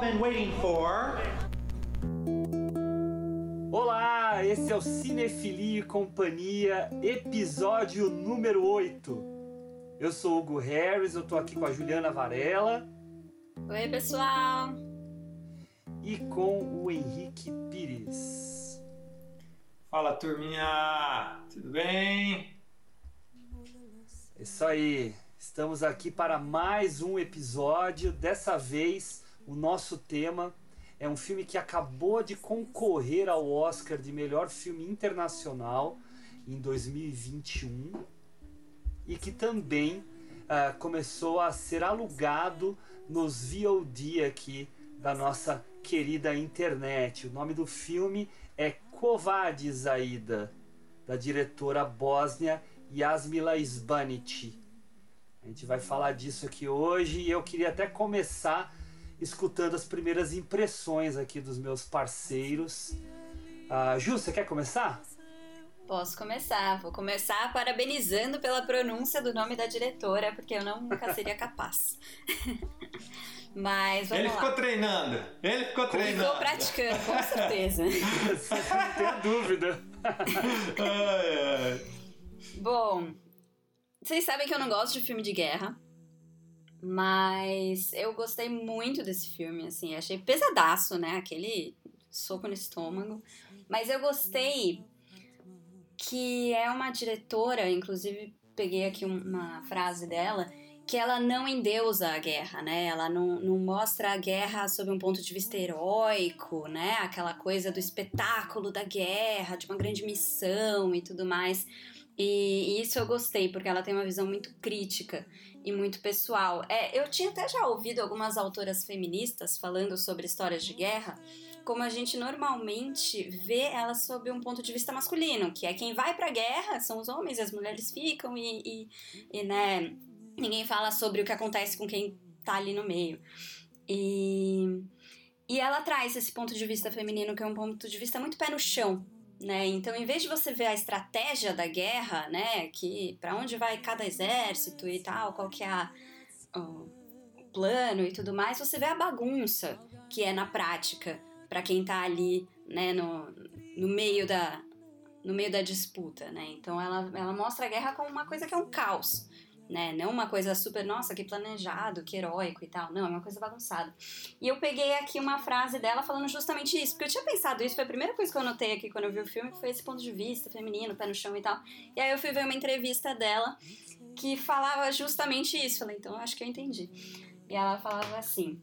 been waiting for. Olá, esse é o Cinefilia e Companhia, episódio número 8. Eu sou o Hugo Harris, eu tô aqui com a Juliana Varela. Oi, pessoal! E com o Henrique Pires. Fala, turminha! Tudo bem? Isso aí, estamos aqui para mais um episódio. Dessa vez, o nosso tema é um filme que acabou de concorrer ao Oscar de melhor filme internacional em 2021 e que também começou a ser alugado nos VOD aqui da nossa querida internet. O nome do filme é Kovadis Aida, da diretora bósnia Jasmila Zbanić. A gente vai falar disso aqui hoje e eu queria até começar escutando as primeiras impressões aqui dos meus parceiros. Ju, você quer começar? Posso começar. Vou começar parabenizando pela pronúncia do nome da diretora, porque eu nunca seria capaz. Mas vamos lá. Ele ficou treinando. Ficou praticando, com certeza. Não tenho dúvida. Bom, vocês sabem que eu não gosto de filme de guerra, mas eu gostei muito desse filme, assim, achei pesadaço, né, aquele soco no estômago, mas eu gostei que é uma diretora, inclusive peguei aqui uma frase dela, que ela não endeusa a guerra, né, ela não mostra a guerra sob um ponto de vista heróico, né, aquela coisa do espetáculo da guerra, de uma grande missão e tudo mais. E isso eu gostei, porque ela tem uma visão muito crítica e muito pessoal. Eu tinha até já ouvido algumas autoras feministas falando sobre histórias de guerra, como a gente normalmente vê elas sob um ponto de vista masculino, que é quem vai pra guerra são os homens e as mulheres ficam e né, ninguém fala sobre o que acontece com quem tá ali no meio. E ela traz esse ponto de vista feminino, que é um ponto de vista muito pé no chão, né? Então, em vez de você ver a estratégia da guerra, né, que para onde vai cada exército e tal, qual que é o plano e tudo mais, você vê a bagunça que é na prática para quem tá ali, né, no meio da disputa, né? Então, ela mostra a guerra como uma coisa que é um caos, né? Não uma coisa super, nossa, que planejado, que heróico e tal. Não, é uma coisa bagunçada. E eu peguei aqui uma frase dela falando justamente isso, porque eu tinha pensado isso, foi a primeira coisa que eu anotei aqui quando eu vi o filme, foi esse ponto de vista feminino, pé no chão e tal. E aí eu fui ver uma entrevista dela que falava justamente isso. Falei, então eu acho que eu entendi. E ela falava assim,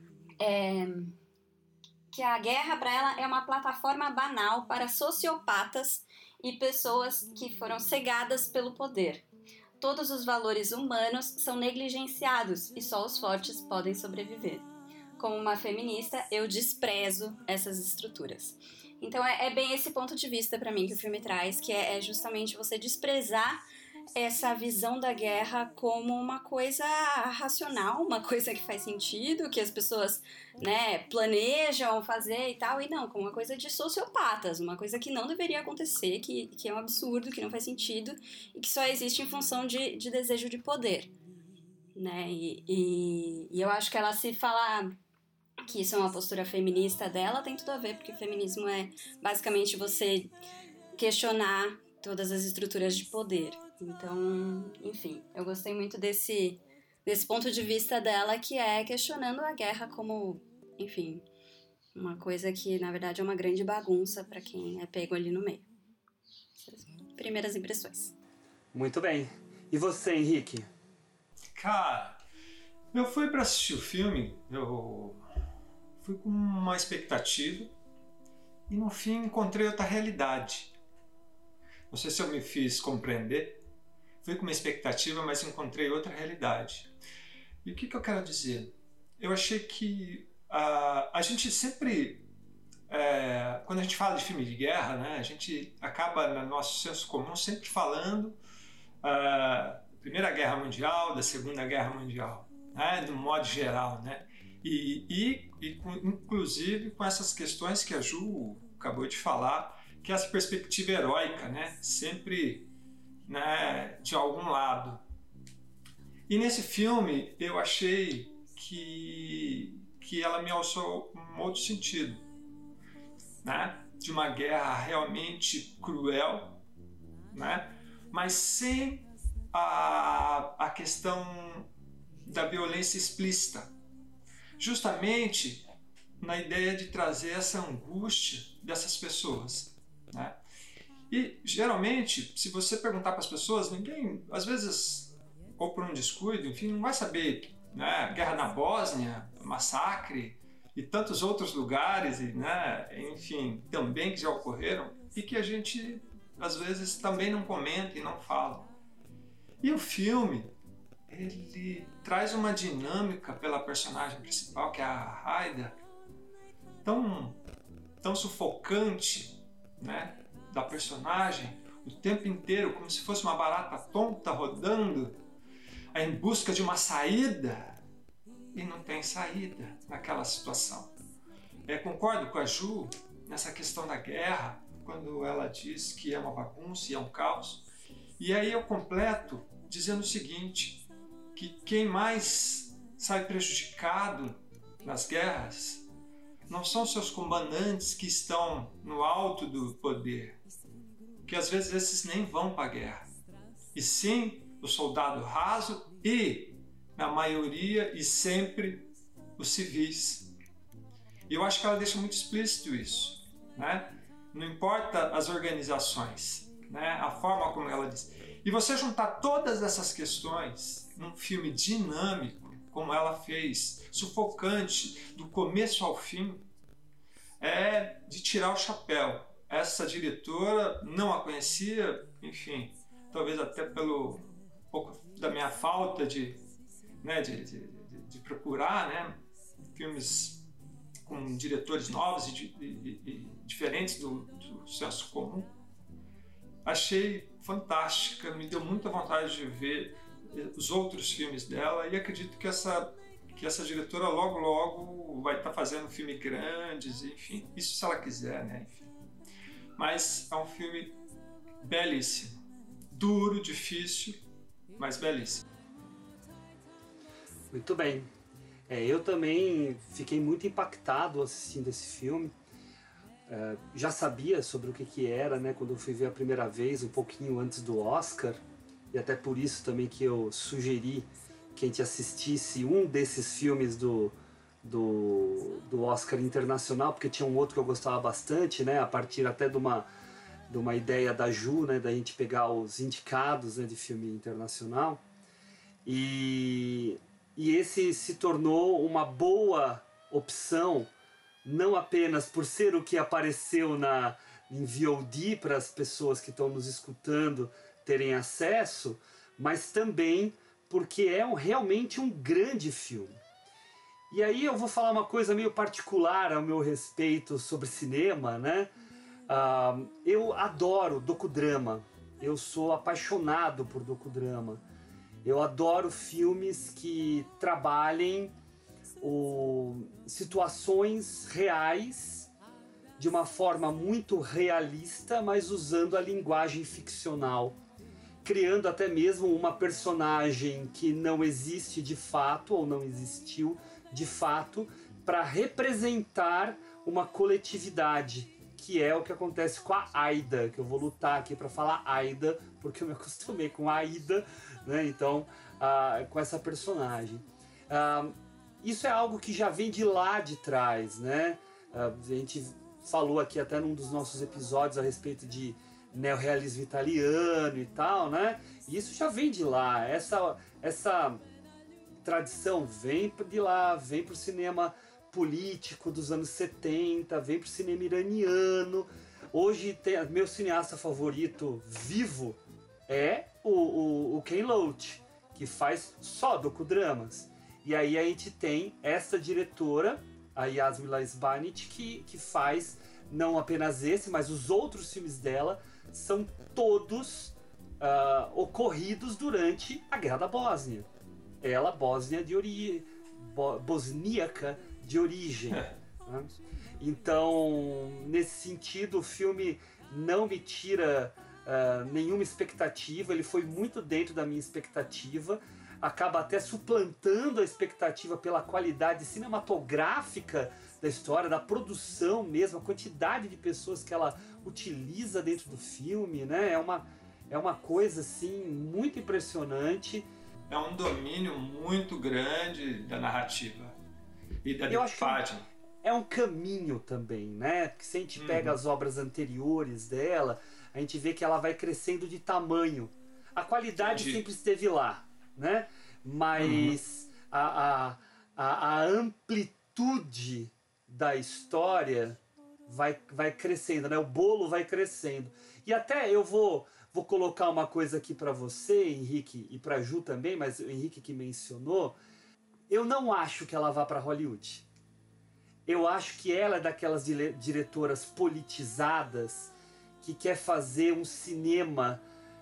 que a guerra para ela é uma plataforma banal para sociopatas e pessoas que foram cegadas pelo poder. Todos os valores humanos são negligenciados e só os fortes podem sobreviver. Como uma feminista, eu desprezo essas estruturas. Então é bem esse ponto de vista para mim que o filme traz, que é justamente você desprezar essa visão da guerra como uma coisa racional, uma coisa que faz sentido, que as pessoas, né, planejam fazer e tal, e não, como uma coisa de sociopatas, uma coisa que não deveria acontecer, que é um absurdo, que não faz sentido e que só existe em função de desejo de poder, né, e eu acho que ela, se falar que isso é uma postura feminista dela, tem tudo a ver, porque o feminismo é basicamente você questionar todas as estruturas de poder. Então, enfim, eu gostei muito desse ponto de vista dela, que é questionando a guerra como, enfim, uma coisa que na verdade é uma grande bagunça para quem é pego ali no meio. Essas primeiras impressões. Muito bem. E você, Henrique? Cara, eu fui pra assistir o filme, eu fui com uma expectativa e no fim encontrei outra realidade. Não sei se eu me fiz compreender. Fui com uma expectativa, mas encontrei outra realidade. E o que eu quero dizer? Eu achei que a gente sempre, quando a gente fala de filme de guerra, né, a gente acaba, no nosso senso comum, sempre falando da Primeira Guerra Mundial, da Segunda Guerra Mundial, né, de um modo geral, né? Inclusive com essas questões que a Ju acabou de falar, que é essa perspectiva heróica, né, sempre, né, de algum lado. E nesse filme eu achei que que ela me alçou um outro sentido, né? De uma guerra realmente cruel, né? Mas sem a questão da violência explícita, justamente na ideia de trazer essa angústia dessas pessoas, né? E geralmente, se você perguntar para as pessoas, ninguém, às vezes, ou por um descuido, enfim, não vai saber, né? Guerra na Bósnia, massacre e tantos outros lugares, né? Enfim, também que já ocorreram e que a gente às vezes também não comenta e não fala. E o filme, ele traz uma dinâmica pela personagem principal, que é a Haida, tão sufocante, né, da personagem, o tempo inteiro, como se fosse uma barata tonta rodando em busca de uma saída, e não tem saída naquela situação. Concordo com a Ju nessa questão da guerra, quando ela diz que é uma bagunça e é um caos. E aí eu completo dizendo o seguinte, que quem mais sai prejudicado nas guerras não são seus comandantes que estão no alto do poder, que às vezes esses nem vão para a guerra, e sim o soldado raso e, na maioria e sempre, os civis. E eu acho que ela deixa muito explícito isso, né? Não importa as organizações, né? A forma como ela diz. E você juntar todas essas questões num filme dinâmico, como ela fez, sufocante, do começo ao fim, é de tirar o chapéu. Essa diretora não a conhecia, enfim, talvez até pelo pouco da minha falta de procurar, né, filmes com diretores novos e diferentes do senso comum. Achei fantástica, me deu muita vontade de ver os outros filmes dela e acredito que essa diretora logo vai estar fazendo filmes grandes, enfim, isso se ela quiser, né? Enfim. Mas é um filme belíssimo, duro, difícil, mas belíssimo. Muito bem. Eu também fiquei muito impactado assistindo esse filme. Já sabia sobre o que era, né, quando eu fui ver a primeira vez, um pouquinho antes do Oscar, e até por isso também que eu sugeri que a gente assistisse um desses filmes do Oscar Internacional, porque tinha um outro que eu gostava bastante, né, a partir até de uma ideia da Ju, né, da gente pegar os indicados, né, de filme internacional. E esse se tornou uma boa opção, não apenas por ser o que apareceu em VOD para as pessoas que estão nos escutando terem acesso, mas também porque é realmente um grande filme. E aí eu vou falar uma coisa meio particular ao meu respeito sobre cinema, né? Eu adoro docudrama, eu sou apaixonado por docudrama. Eu adoro filmes que trabalhem situações reais de uma forma muito realista, mas usando a linguagem ficcional, criando até mesmo uma personagem que não existe de fato ou não existiu de fato para representar uma coletividade, que é o que acontece com a Aida, que eu vou lutar aqui para falar Aida, porque eu me acostumei com a Aida, né? Então, com essa personagem. Isso é algo que já vem de lá de trás, né? A gente falou aqui até num dos nossos episódios a respeito de neorrealismo italiano e tal, né? E isso já vem de lá. Essa tradição vem de lá, vem pro cinema político dos anos 70, vem pro cinema iraniano. Hoje, meu cineasta favorito vivo é o Ken Loach, que faz só docudramas. E aí a gente tem essa diretora, a Yasmina Sbanic, que faz não apenas esse, mas os outros filmes dela são todos ocorridos durante a Guerra da Bósnia. Ela, bosníaca de origem. Né? Então, nesse sentido, o filme não me tira nenhuma expectativa, ele foi muito dentro da minha expectativa. acaba até suplantando a expectativa pela qualidade cinematográfica da história, da produção mesmo, a quantidade de pessoas que ela utiliza dentro do filme, né? É uma coisa assim muito impressionante. É um domínio muito grande da narrativa e da linguagem. É um caminho também, né? Porque se a gente pega as obras anteriores dela, a gente vê que ela vai crescendo de tamanho. A qualidade sempre esteve lá, né? Mas a amplitude da história vai crescendo, né? O bolo vai crescendo. E até eu vou colocar uma coisa aqui para você, Henrique, e para Ju também, mas o Henrique que mencionou, eu não acho que ela vá para Hollywood. Eu acho que ela é daquelas diretoras politizadas que quer fazer um cinema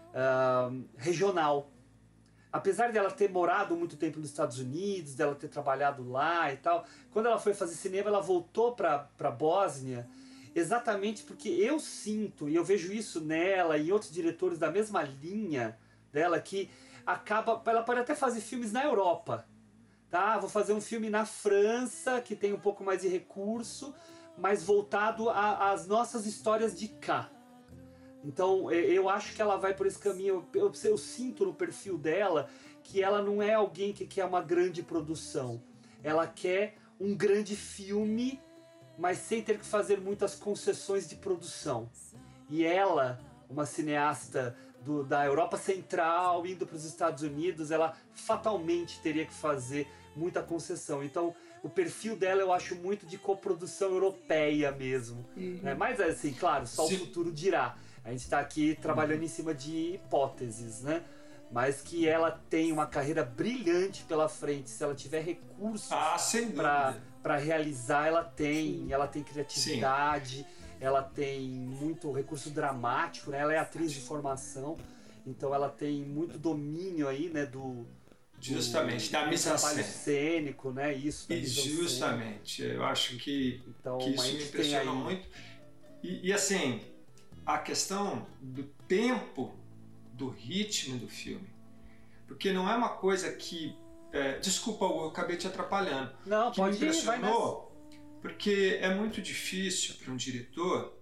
regional. Apesar dela ter morado muito tempo nos Estados Unidos, dela ter trabalhado lá e tal, quando ela foi fazer cinema, ela voltou para Bósnia, exatamente porque eu sinto, e eu vejo isso nela e em outros diretores da mesma linha dela, que ela pode até fazer filmes na Europa. Tá, vou fazer um filme na França, que tem um pouco mais de recurso, mas voltado às nossas histórias de cá. Então, eu acho que ela vai por esse caminho. Eu sinto no perfil dela que ela não é alguém que quer uma grande produção. Ela quer um grande filme, mas sem ter que fazer muitas concessões de produção. E ela, uma cineasta da Europa Central, indo para os Estados Unidos, ela fatalmente teria que fazer muita concessão. Então, o perfil dela eu acho muito de coprodução europeia mesmo. Né? Mas, assim, claro, só o futuro dirá. A gente está aqui trabalhando em cima de hipóteses, né? Mas que ela tem uma carreira brilhante pela frente. Se ela tiver recursos para realizar, ela tem. Ela tem criatividade, ela tem muito recurso dramático, né? Ela é atriz de formação, então ela tem muito domínio aí, né? Justamente, da mise-en-scène. Trabalho cênico, né? Isso. E justamente, eu acho que isso me impressiona muito. E assim, a questão do tempo, do ritmo do filme. Porque não é uma coisa que... desculpa, eu acabei te atrapalhando. Não, que pode me impressionou, ir, porque é muito difícil para um diretor,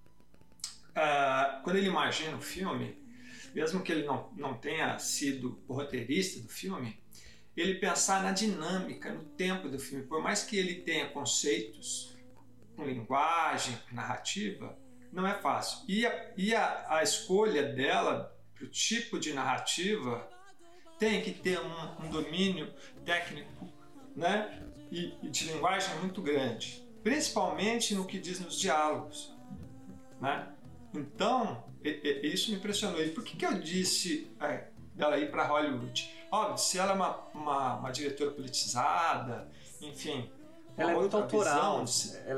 quando ele imagina um filme, mesmo que ele não tenha sido o roteirista do filme, ele pensar na dinâmica, no tempo do filme. Por mais que ele tenha conceitos com linguagem, com narrativa, não é fácil. E a escolha dela para o tipo de narrativa tem que ter um domínio técnico, né? E de linguagem muito grande, principalmente no que diz nos diálogos, né? Então, isso me impressionou. E por que eu disse dela ir para Hollywood? Óbvio, se ela é uma diretora politizada, enfim... Ela é muito autoral.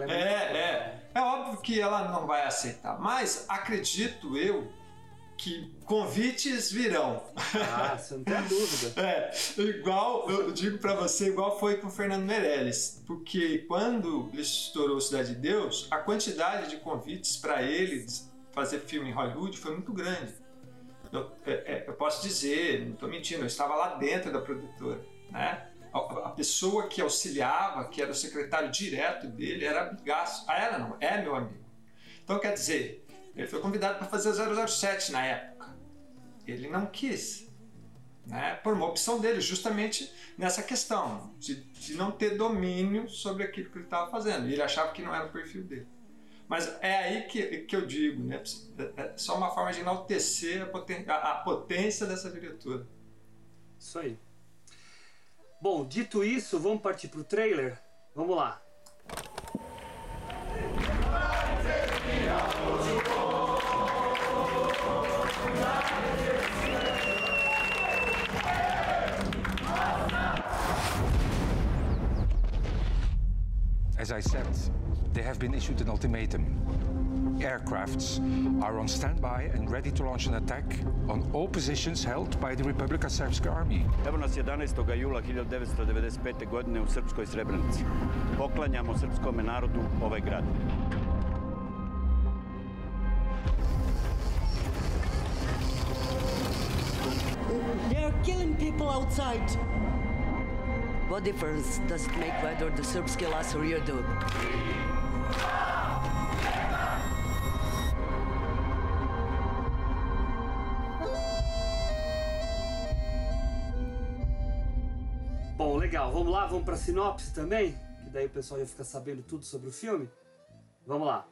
É óbvio que ela não vai aceitar, mas acredito eu que convites virão. Você não tem dúvida. Igual, eu digo para você, igual foi com o Fernando Meirelles, porque quando ele estourou Cidade de Deus, a quantidade de convites para ele fazer filme em Hollywood foi muito grande. Eu posso dizer, não estou mentindo, eu estava lá dentro da produtora, né? A pessoa que auxiliava, que era o secretário direto dele, era amigaço. Ela não, é meu amigo. Então, quer dizer, ele foi convidado para fazer 007 na época. Ele não quis, né? Por uma opção dele, justamente nessa questão de não ter domínio sobre aquilo que ele estava fazendo. E ele achava que não era o perfil dele. Mas é aí que eu digo, né? É só uma forma de enaltecer a potência dessa diretora. Isso aí. Bom, dito isso, vamos partir pro trailer? Vamos lá. As I said, they have been issued an ultimatum. Aircrafts are on standby and ready to launch an attack on all positions held by the Republika Srpska Army. Evo nas 11. jula 1995. godine u Srpskoj Srebrenici. Poklanjamo srpskome narodu ovaj grad. They're killing people outside. What difference does it make whether the Serbs kill us or you do? Bom, legal. Vamos lá, vamos pra sinopse também? Que daí o pessoal já fica sabendo tudo sobre o filme. Vamos lá.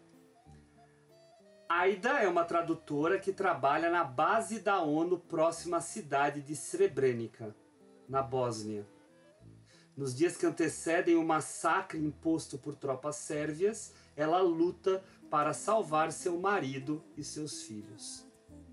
Aida é uma tradutora que trabalha na base da ONU próxima à cidade de Srebrenica, na Bósnia. Nos dias que antecedem o massacre imposto por tropas sérvias, ela luta para salvar seu marido e seus filhos.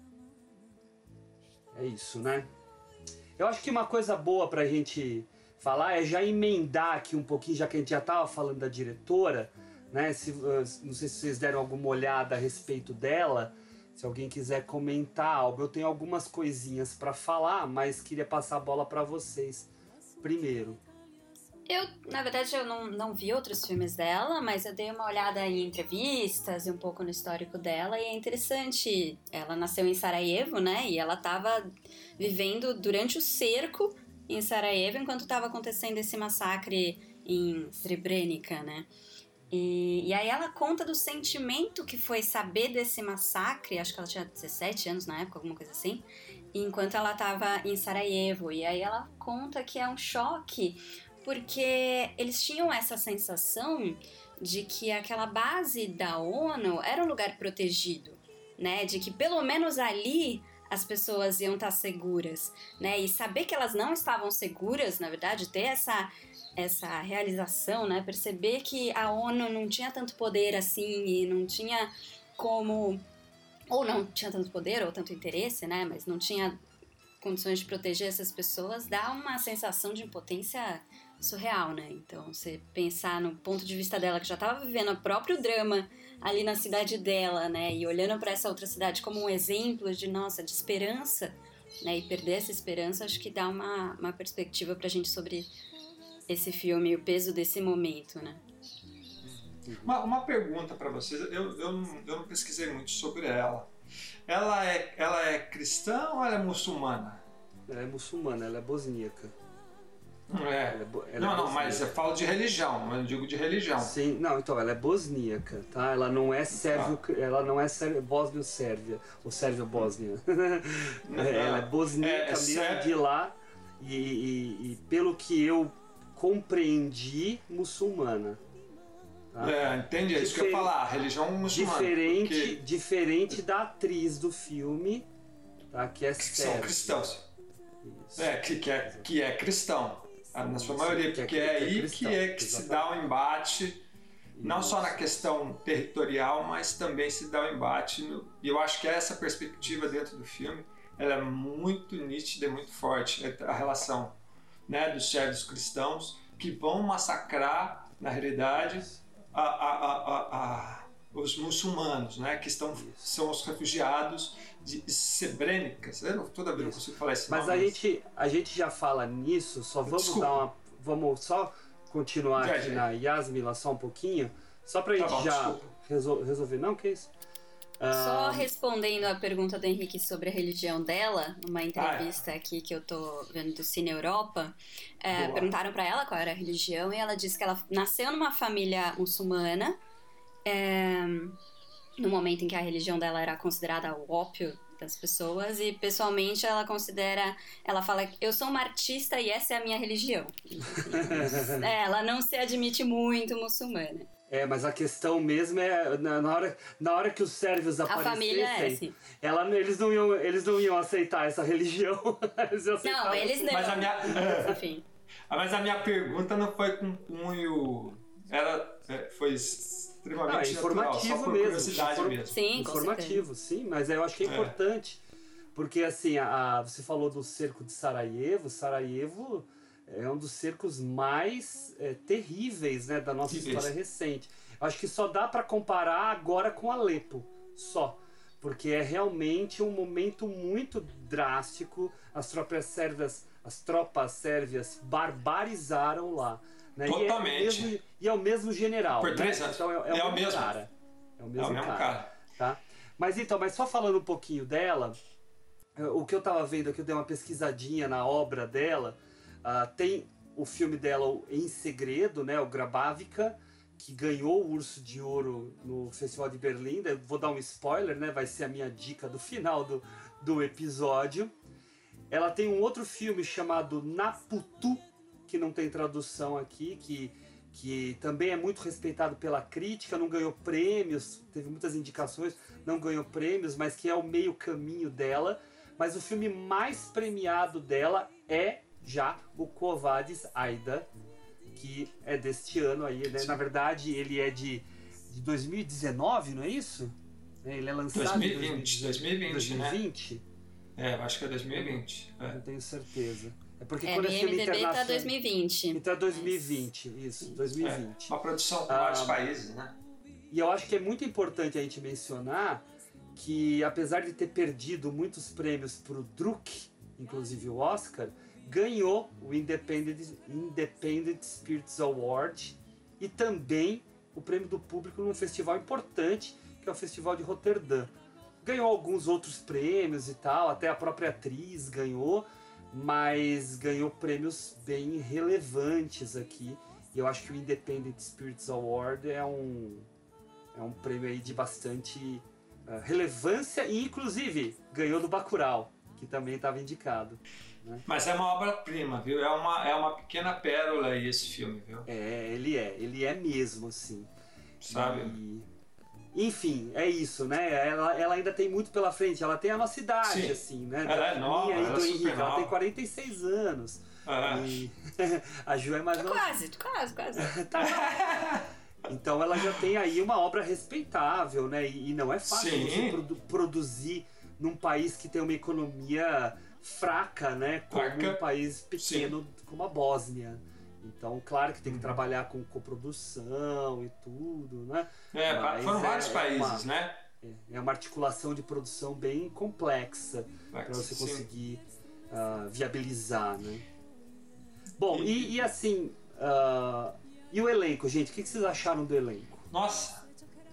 É isso, né? Eu acho que uma coisa boa pra gente falar é já emendar aqui um pouquinho, já que a gente já estava falando da diretora, né? Não sei se vocês deram alguma olhada a respeito dela, se alguém quiser comentar algo. Eu tenho algumas coisinhas para falar, mas queria passar a bola para vocês primeiro. Na verdade, eu não vi outros filmes dela, mas eu dei uma olhada em entrevistas e um pouco no histórico dela, e é interessante. Ela nasceu em Sarajevo, né? E ela estava vivendo durante o cerco em Sarajevo, enquanto estava acontecendo esse massacre em Srebrenica, né? E aí ela conta do sentimento que foi saber desse massacre, acho que ela tinha 17 anos na época, alguma coisa assim, enquanto ela estava em Sarajevo. E aí ela conta que é um choque, porque eles tinham essa sensação de que aquela base da ONU era um lugar protegido, né? De que pelo menos ali as pessoas iam estar seguras, né? E saber que elas não estavam seguras, na verdade, ter essa realização, né? Perceber que a ONU não tinha tanto poder assim e não tinha como... Ou não tinha tanto poder ou tanto interesse, né? Mas não tinha condições de proteger essas pessoas, dá uma sensação de impotência surreal, né? Então, você pensar no ponto de vista dela, que já estava vivendo o próprio drama ali na cidade dela, né? E olhando para essa outra cidade como um exemplo de, nossa, de esperança, né? E perder essa esperança, acho que dá uma perspectiva pra gente sobre esse filme e o peso desse momento, né? Uma pergunta para vocês, eu não pesquisei muito sobre ela. Ela é cristã ou ela é muçulmana? Ela é muçulmana, ela é bosníaca. Não, mas eu falo de religião, eu digo de religião. Sim, não, então ela é bosníaca, tá? Ela não é sérvio, ela não é bósnio-sérvia, ou sérvio-bósnia. Ela é bosníaca mesmo de lá e pelo que eu compreendi, muçulmana. Tá? Entendi, é isso que eu ia falar, religião muçulmana. Diferente da atriz do filme, tá? Que é sérvia. São cristãos. Que é cristão. Na sua maioria, porque é aí que se dá o embate, não só na questão territorial, mas também se dá o embate. E eu acho que essa perspectiva dentro do filme, ela é muito nítida e muito forte, a relação, né, dos sérvios cristãos que vão massacrar, na realidade, os muçulmanos, né, que são os refugiados de Srebrenica. Toda vez eu consigo falar esse nome. Mas a gente já fala nisso, só vamos vamos só continuar aqui na Yasmila só um pouquinho, só pra gente já resolver. Não, que isso? Só respondendo a pergunta do Henrique sobre a religião dela, numa entrevista aqui que eu tô vendo do Cine Europa, perguntaram pra ela qual era a religião e ela disse que ela nasceu numa família muçulmana, no momento em que a religião dela era considerada o ópio das pessoas, e pessoalmente ela fala, eu sou uma artista e essa é a minha religião. Ela não se admite muito muçulmana. Mas a questão mesmo é, na hora que os sérvios aparecessem, a família assim. Eles não iam aceitar essa religião. Não, eles não. Mas a minha pergunta não foi com punho, ela foi extremamente natural, só por curiosidade mesmo. Sim, informativo, sim, mas eu acho que é importante, porque assim, você falou do cerco de Sarajevo é um dos cercos mais terríveis, né, da nossa história recente. Acho que só dá para comparar agora com Alepo, só. Porque é realmente um momento muito drástico. As tropas sérvias barbarizaram lá. Né? Totalmente. E é o mesmo general. Por 3 anos. Então é o mesmo cara. É o mesmo cara. Tá? Mas só falando um pouquinho dela, o que eu tava vendo aqui, eu dei uma pesquisadinha na obra dela, tem o filme dela Em Segredo, né, o Grabávica, que ganhou o Urso de Ouro no Festival de Berlim. Eu vou dar um spoiler, né, vai ser a minha dica do final do episódio. Ela tem um outro filme chamado Naputu, que não tem tradução aqui, que também é muito respeitado pela crítica, não ganhou prêmios, teve muitas indicações, não ganhou prêmios, mas que é o meio caminho dela. Mas o filme mais premiado dela é já o Quo Vadis, Aida, que é deste ano aí, né? Na verdade, ele é de 2019, não é isso? Ele é lançado 2020, né? Eu acho que é 2020. Não tenho certeza. É porque quando é filme IMDb internacional... tá 2020. Então é 2020, isso, 2020. Uma produção com vários países, né? E eu acho que é muito importante a gente mencionar que, apesar de ter perdido muitos prêmios pro Druk, inclusive o Oscar, ganhou o Independent Spirits Award e também o prêmio do público num festival importante, que é o Festival de Roterdã. Ganhou alguns outros prêmios e tal, até a própria atriz ganhou, mas ganhou prêmios bem relevantes aqui. E eu acho que o Independent Spirits Award é um prêmio aí de bastante relevância e, inclusive, ganhou do Bacurau, que também estava indicado. Né? Mas é uma obra-prima, viu? É uma pequena pérola aí esse filme, viu? Ele é mesmo, assim. Sabe? Enfim, é isso, né? Ela ainda tem muito pela frente. Ela tem a nossa idade, assim, né? Ela é nova, minha e ela do é Henrique, super nova. ela tem 46 anos. E a Ju é mais nova. Quase. Tá. Então ela já tem aí uma obra respeitável, né? E não é fácil você produzir num país que tem uma economia fraca, né? Como um país pequeno como a Bósnia. Então, claro que tem que trabalhar com coprodução e tudo, né? Foram vários países, né? É uma articulação de produção bem complexa para você conseguir viabilizar, né? Bom, e assim... e o elenco, gente? O que vocês acharam do elenco? Nossa,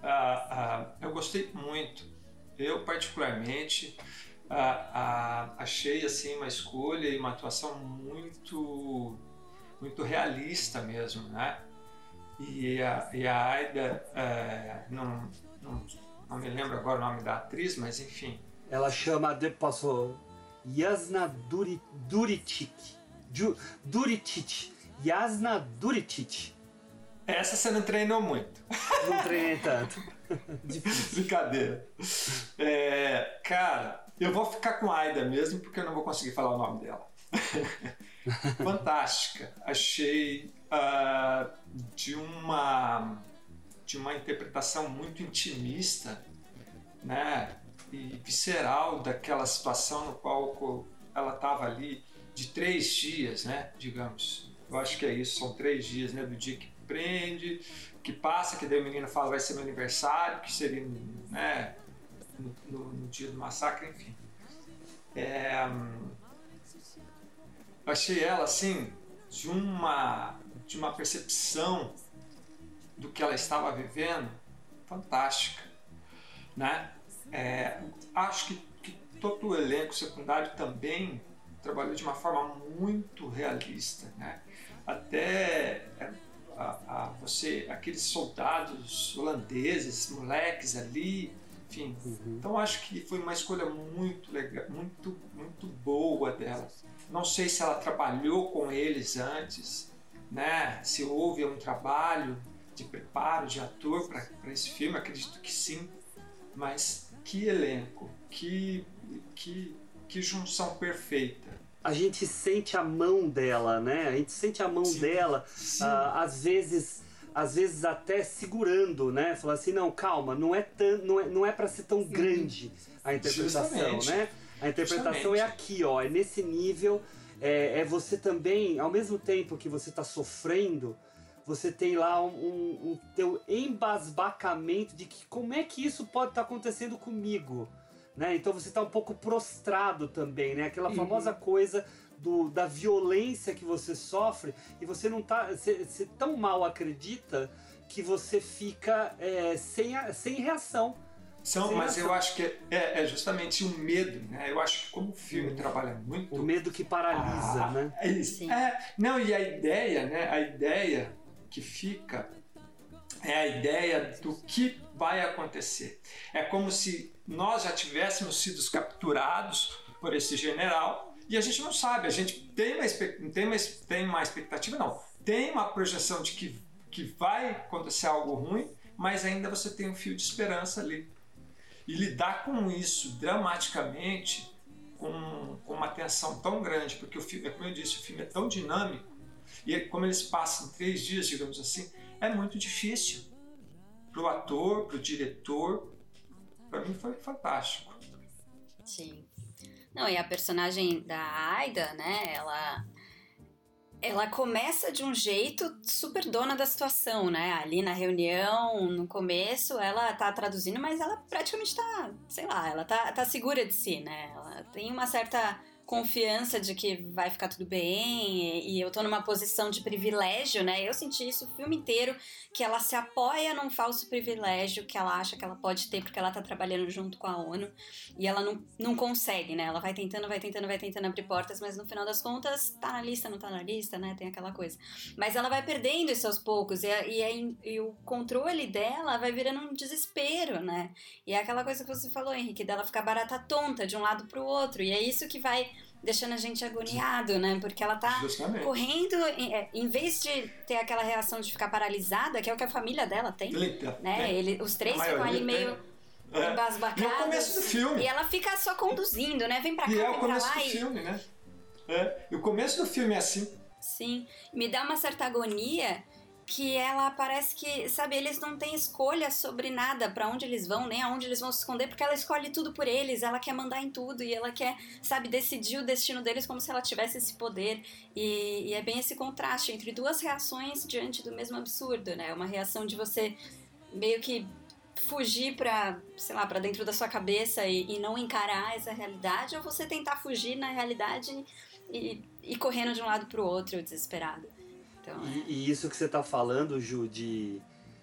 eu gostei muito. Eu, particularmente, achei assim, uma escolha e uma atuação muito realista mesmo, né? E a Aida, não me lembro agora o nome da atriz, mas enfim. Ela chama, Jasna Duričić. Jasna Duričić. Essa você não treinou muito. Não treinei tanto. Brincadeira. Cara, eu vou ficar com a Aida mesmo, porque eu não vou conseguir falar o nome dela. Fantástica. Achei de uma interpretação muito intimista, né? E visceral daquela situação no qual ela estava ali de 3 dias, né? Digamos. Eu acho que é isso, são 3 dias, né? Do dia que prende, que passa, que daí o menino fala vai ser meu aniversário, que seria, né? No dia do massacre, enfim. Eu achei ela assim de uma percepção do que ela estava vivendo fantástica, né? Acho que todo o elenco secundário também trabalhou de uma forma muito realista, né? Até aqueles soldados holandeses, moleques ali, enfim. Então acho que foi uma escolha muito legal, muito boa dela. Não sei se ela trabalhou com eles antes, né? Se houve um trabalho de preparo de ator para esse filme, acredito que sim. Mas que elenco, que junção perfeita. A gente sente a mão dela, né? A gente sente a mão dela, às vezes até segurando, né? Falar assim, não, calma, não é para ser tão grande a interpretação, né? A interpretação é aqui, ó, é nesse nível. É você também, ao mesmo tempo que você está sofrendo, você tem lá um teu embasbacamento de que como é que isso pode estar acontecendo comigo, né? Então você está um pouco prostrado também, né? Aquela famosa coisa da violência que você sofre e você não tá, você tão mal acredita que você fica sem reação. Mas eu acho que é justamente o medo, né? Eu acho que como o filme trabalha muito... O medo que paralisa, né? É isso. Não, e a ideia, né? A ideia que fica é a ideia do que vai acontecer. É como se nós já tivéssemos sido capturados por esse general e a gente não sabe, a gente tem uma expectativa, não. Tem uma projeção de que vai acontecer algo ruim, mas ainda você tem um fio de esperança ali. E lidar com isso dramaticamente, com uma tensão tão grande, porque o filme, como eu disse, o filme é tão dinâmico, e como eles passam em 3 dias, digamos assim, é muito difícil. Para o ator, para o diretor, para mim foi fantástico. Sim. Não, e a personagem da Aida, né, ela começa de um jeito super dona da situação, né? Ali na reunião, no começo, ela tá traduzindo, mas ela praticamente tá, sei lá, ela tá segura de si, né? Ela tem uma certa confiança de que vai ficar tudo bem e eu tô numa posição de privilégio, né? Eu senti isso o filme inteiro, que ela se apoia num falso privilégio que ela acha que ela pode ter porque ela tá trabalhando junto com a ONU e ela não consegue, né? Ela vai tentando abrir portas, mas no final das contas tá na lista, não tá na lista, né? Tem aquela coisa. Mas ela vai perdendo isso aos poucos e o controle dela vai virando um desespero, né? E é aquela coisa que você falou, Henrique, dela ficar barata tonta de um lado pro outro e é isso que vai deixando a gente agoniado, né? Porque ela tá correndo, em vez de ter aquela reação de ficar paralisada, que é o que a família dela tem, né? Os 3 ficam ali meio embasbacados. No começo do filme. E ela fica só conduzindo, né? Vem pra cá, vem pra lá. E é o começo do filme, né? E o começo do filme é assim. Sim. Me dá uma certa agonia que ela parece que, sabe, eles não têm escolha sobre nada, pra onde eles vão, nem aonde eles vão se esconder, porque ela escolhe tudo por eles, ela quer mandar em tudo e ela quer, sabe, decidir o destino deles como se ela tivesse esse poder e é bem esse contraste entre 2 reações diante do mesmo absurdo, né? Uma reação de você meio que fugir pra, sei lá, pra dentro da sua cabeça e não encarar essa realidade, ou você tentar fugir na realidade e correndo de um lado pro outro, desesperado. Então, e isso que você tá falando, Ju, de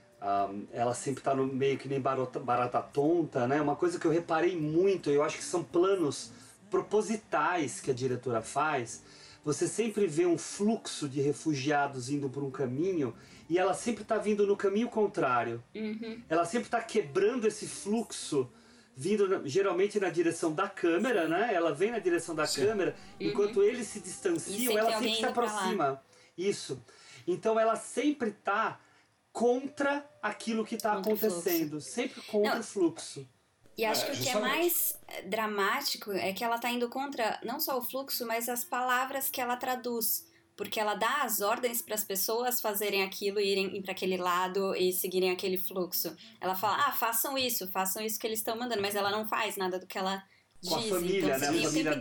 ela sempre tá no meio que nem barata tonta, né? Uma coisa que eu reparei muito, eu acho que são planos propositais que a diretora faz. Você sempre vê um fluxo de refugiados indo por um caminho e ela sempre tá vindo no caminho contrário. Uhum. Ela sempre tá quebrando esse fluxo, vindo geralmente na direção da câmera, né? Ela vem na direção da câmera, enquanto eles se distanciam, ela sempre se aproxima. Isso. Então ela sempre tá contra aquilo que tá acontecendo. Sempre contra o fluxo. E acho que o que é mais dramático é que ela tá indo contra não só o fluxo, mas as palavras que ela traduz. Porque ela dá as ordens para as pessoas fazerem aquilo, irem para aquele lado e seguirem aquele fluxo. Ela fala, façam isso que eles estão mandando, mas ela não faz nada do que ela diz. Com a família, então, né? A família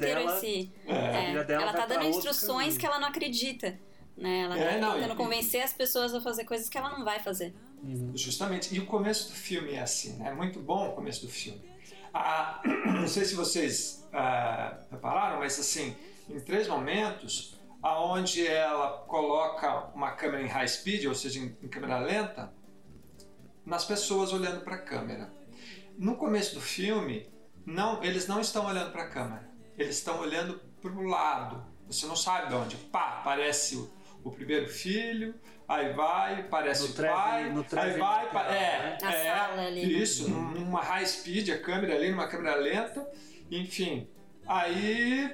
dela ela tá dando instruções que ela não acredita. Né? Ela tá tentando convencer as pessoas a fazer coisas que ela não vai fazer. Justamente. E o começo do filme é assim, né? É muito bom o começo do filme. Não sei se vocês repararam, mas assim, em 3 momentos, aonde ela coloca uma câmera em high speed, ou seja, em câmera lenta, nas pessoas olhando para a câmera. No começo do filme, eles não estão olhando para a câmera, eles estão olhando para o lado. Você não sabe de onde. Aparece o primeiro filho, aí vai, parece o pai, aí vai, sala ali, isso, numa high speed, a câmera ali, numa câmera lenta, enfim, aí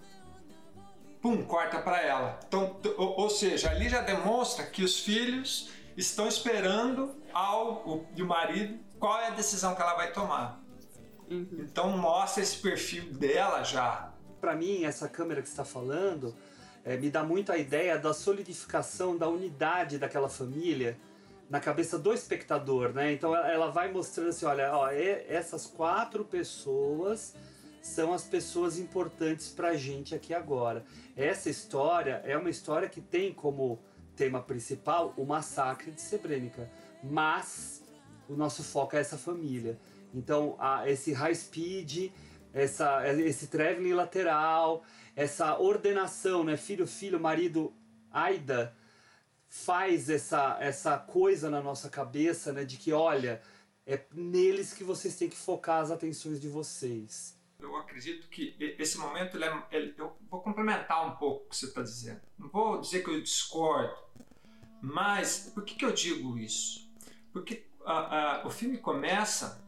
corta para ela. Então, ou seja, ali já demonstra que os filhos estão esperando do marido qual é a decisão que ela vai tomar. Então mostra esse perfil dela já. Para mim, essa câmera que você está falando me dá muito a ideia da solidificação da unidade daquela família na cabeça do espectador, né? Então ela vai mostrando assim, olha, essas 4 pessoas são as pessoas importantes pra gente aqui agora. Essa história é uma história que tem como tema principal o massacre de Srebrenica, mas o nosso foco é essa família. Então esse high speed, esse traveling lateral, essa ordenação, né? Filho, marido, Aida, faz essa coisa na nossa cabeça, né? De que, olha, É neles que vocês têm que focar as atenções de vocês. Eu acredito que esse momento, eu vou complementar um pouco o que você está dizendo. Não vou dizer que eu discordo, mas por que eu digo isso? Porque o filme começa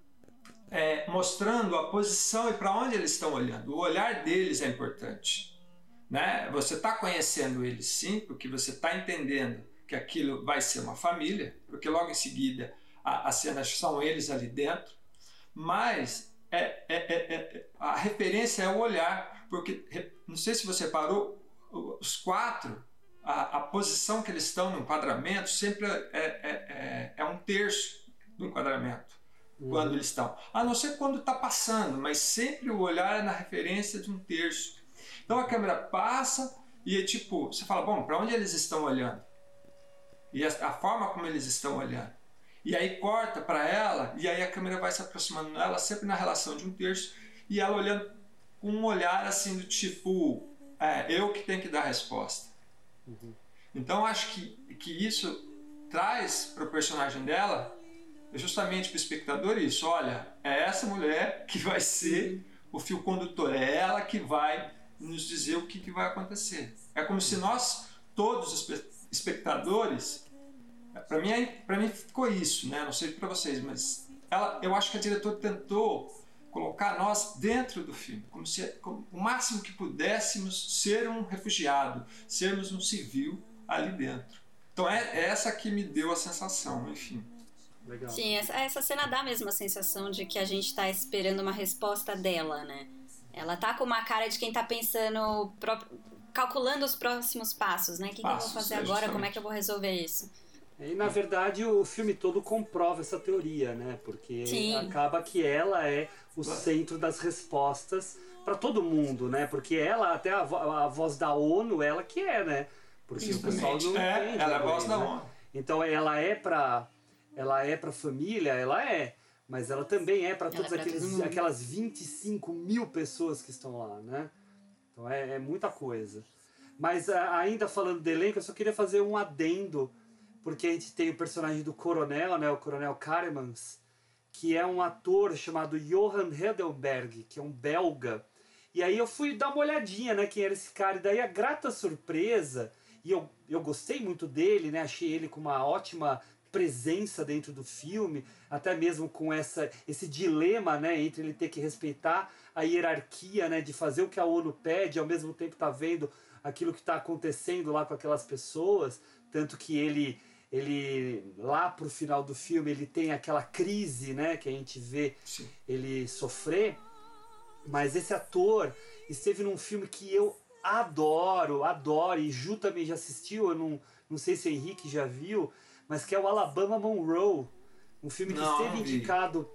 mostrando a posição e para onde eles estão olhando. O olhar deles é importante, né? Você está conhecendo eles sim, porque você está entendendo que aquilo vai ser uma família, porque logo em seguida as cenas são eles ali dentro, mas a referência é o olhar, porque não sei se você reparou, os 4, a posição que eles estão no enquadramento sempre é um terço do enquadramento. Quando eles estão, a não ser quando está passando, mas sempre o olhar é na referência de um terço. Então a câmera passa e tipo, você fala, bom, para onde eles estão olhando? E a forma como eles estão olhando. E aí corta para ela, e aí a câmera vai se aproximando dela, sempre na relação de um terço, e ela olhando com um olhar assim do tipo, eu que tenho que dar a resposta. Então acho que isso traz para o personagem dela, justamente para o espectador, isso, olha, é essa mulher que vai ser o fio condutor, é ela que vai nos dizer o que vai acontecer. É como se nós, todos os espectadores, para mim ficou isso, né? Não sei para vocês, mas eu acho que a diretora tentou colocar nós dentro do filme, como o máximo que pudéssemos ser um refugiado, sermos um civil ali dentro. Então é essa que me deu a sensação, enfim. Legal. Sim, essa cena dá mesmo a sensação de que a gente tá esperando uma resposta dela, né? Ela tá com uma cara de quem tá pensando, calculando os próximos passos, né? O que eu vou fazer agora? Justamente. Como é que eu vou resolver isso? E na verdade o filme todo comprova essa teoria, né? Porque acaba que ela é o centro das respostas para todo mundo, né? Porque ela, até a voz da ONU, ela que é, né? Porque o pessoal não entende. Ela é a voz da né? ONU. Então ela é pra família, ela é. Mas ela também é para todas aquelas 25 mil pessoas que estão lá, né? Então é muita coisa. Mas ainda falando do elenco, eu só queria fazer um adendo, porque a gente tem o personagem do coronel, né? O coronel Karemans, que é um ator chamado Johan Heidelberg, que é um belga. E aí eu fui dar uma olhadinha, né? Quem era esse cara. E daí a grata surpresa, e eu gostei muito dele, né? Achei ele com uma ótima presença dentro do filme, até mesmo com esse dilema, né, entre ele ter que respeitar a hierarquia, né, de fazer o que a ONU pede, ao mesmo tempo tá vendo aquilo que está acontecendo lá com aquelas pessoas, tanto que ele lá pro final do filme ele tem aquela crise, né, que a gente vê ele sofrer. Mas esse ator esteve num filme que eu adoro, e Ju também já assistiu, eu não sei se o Henrique já viu, mas que é o Alabama Monroe, um filme que esteve indicado,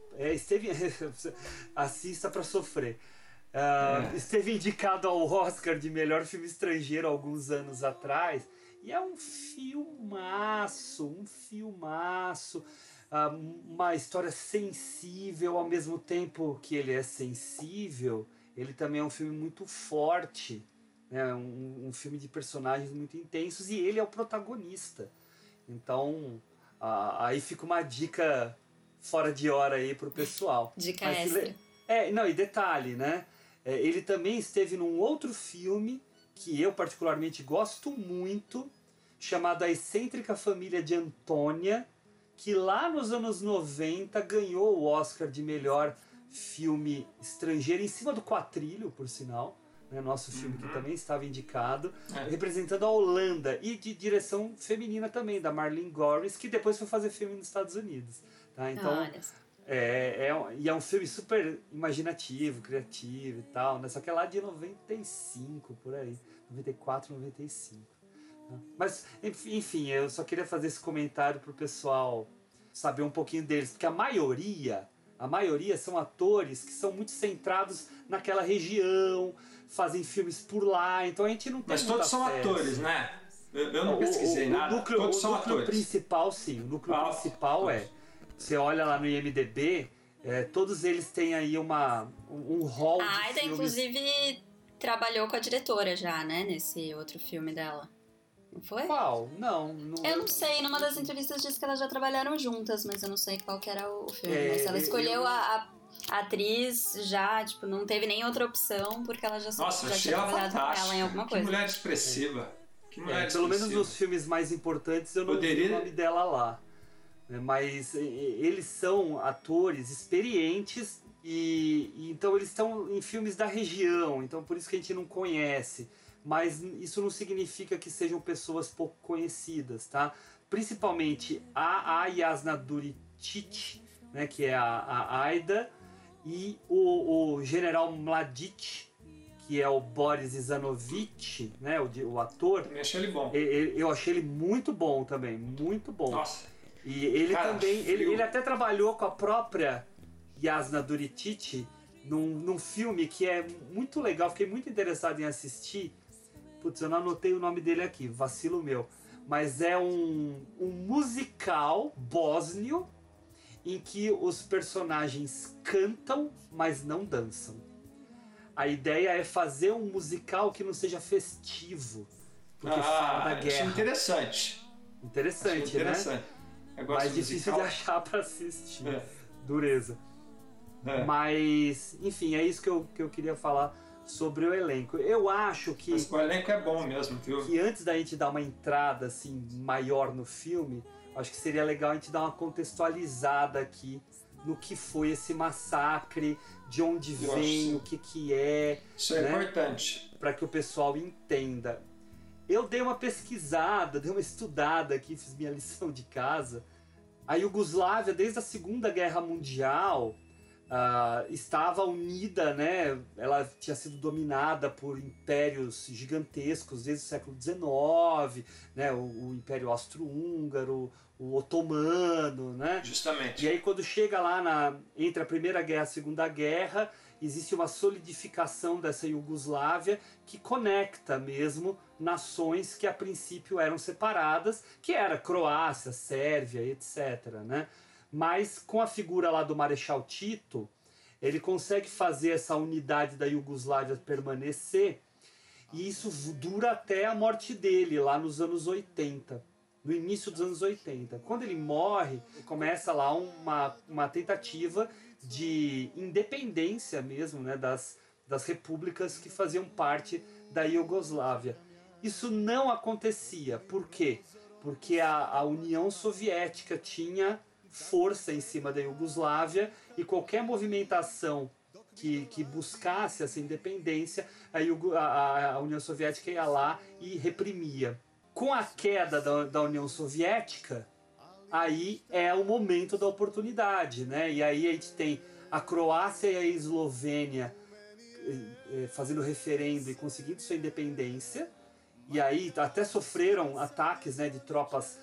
assista para sofrer, esteve indicado ao Oscar de melhor filme estrangeiro alguns anos atrás, e é um filmaço, uma história sensível, ao mesmo tempo que ele é sensível, ele também é um filme muito forte, né? Um filme de personagens muito intensos, e ele é o protagonista. Então, aí fica uma dica fora de hora aí pro pessoal. Dica extra. E detalhe, né? Ele também esteve num outro filme que eu particularmente gosto muito, chamado A Excêntrica Família de Antônia, que lá nos anos 90 ganhou o Oscar de melhor filme estrangeiro, em cima do Quatrilho, por sinal. Nosso filme que também estava indicado, representando a Holanda, e de direção feminina também, da Marlene Gorris, que depois foi fazer filme nos Estados Unidos. Tá? Então, é um filme super imaginativo, criativo e tal, né? Só que é lá de 95, por aí, 94, 95. Tá? Mas, enfim, eu só queria fazer esse comentário pro pessoal saber um pouquinho deles, porque a maioria são atores que são muito centrados naquela região, fazem filmes por lá, então a gente não tem. Mas todos são atores, né? Eu não pesquisei nada. Todos são atores. O núcleo principal, sim. O núcleo principal você olha lá no IMDb, todos eles têm aí um hall de Aida, filmes. Inclusive, trabalhou com a diretora já, né? Nesse outro filme dela. Não foi? Qual? Não. Eu não sei, numa das entrevistas disse que elas já trabalharam juntas, mas eu não sei qual que era o filme. Mas ela escolheu a atriz já, tipo, não teve nem outra opção, porque ela já tinha trabalhado com ela em alguma coisa. Que mulher expressiva. Que mulher pelo expressiva. menos nos filmes mais importantes eu não vi o nome dela lá. Mas eles são atores experientes e então eles estão em filmes da região, então por isso que a gente não conhece. Mas isso não significa que sejam pessoas pouco conhecidas, tá? Principalmente a Jasna Duričić, né, que é a Aida, e o General Mladić, que é o Boris Izanovich, né, o ator. Eu achei ele bom. Eu achei ele muito bom também, muito bom. Nossa. E ele Cara, também, ele até trabalhou com a própria Jasna Duričić num filme que é muito legal, fiquei muito interessado em assistir. Putz, eu não anotei o nome dele aqui, vacilo meu. Mas é um musical bósnio em que os personagens cantam, mas não dançam. A ideia é fazer um musical que não seja festivo, porque fala da guerra. Achei interessante. Interessante, né? Mais difícil de achar pra assistir. Dureza. Mas, enfim, é isso que eu queria falar sobre o elenco. Eu acho que... Mas o elenco é bom mesmo, viu? Que antes da gente dar uma entrada assim maior no filme, acho que seria legal a gente dar uma contextualizada aqui no que foi esse massacre, de onde vem, o que é. Isso é importante. Para que o pessoal entenda. Eu dei uma pesquisada, dei uma estudada aqui, fiz minha lição de casa. A Iugoslávia, desde a Segunda Guerra Mundial, estava unida, né? Ela tinha sido dominada por impérios gigantescos desde o século XIX, né? O Império Austro-Húngaro, o Otomano, né? Justamente. E aí quando chega lá entre a Primeira Guerra e a Segunda Guerra, existe uma solidificação dessa Iugoslávia que conecta mesmo nações que a princípio eram separadas, que era Croácia, Sérvia, etc., né? Mas com a figura lá do Marechal Tito, ele consegue fazer essa unidade da Iugoslávia permanecer, e isso dura até a morte dele, lá nos anos 80, no início dos anos 80. Quando ele morre, começa lá uma tentativa de independência mesmo, né, das repúblicas que faziam parte da Iugoslávia. Isso não acontecia. Por quê? Porque a União Soviética tinha força em cima da Iugoslávia e qualquer movimentação que buscasse essa independência, a União Soviética ia lá e reprimia. Com a queda da União Soviética, aí é o momento da oportunidade, né? E aí a gente tem a Croácia e a Eslovênia fazendo referendo e conseguindo sua independência, e aí até sofreram ataques, né, de tropas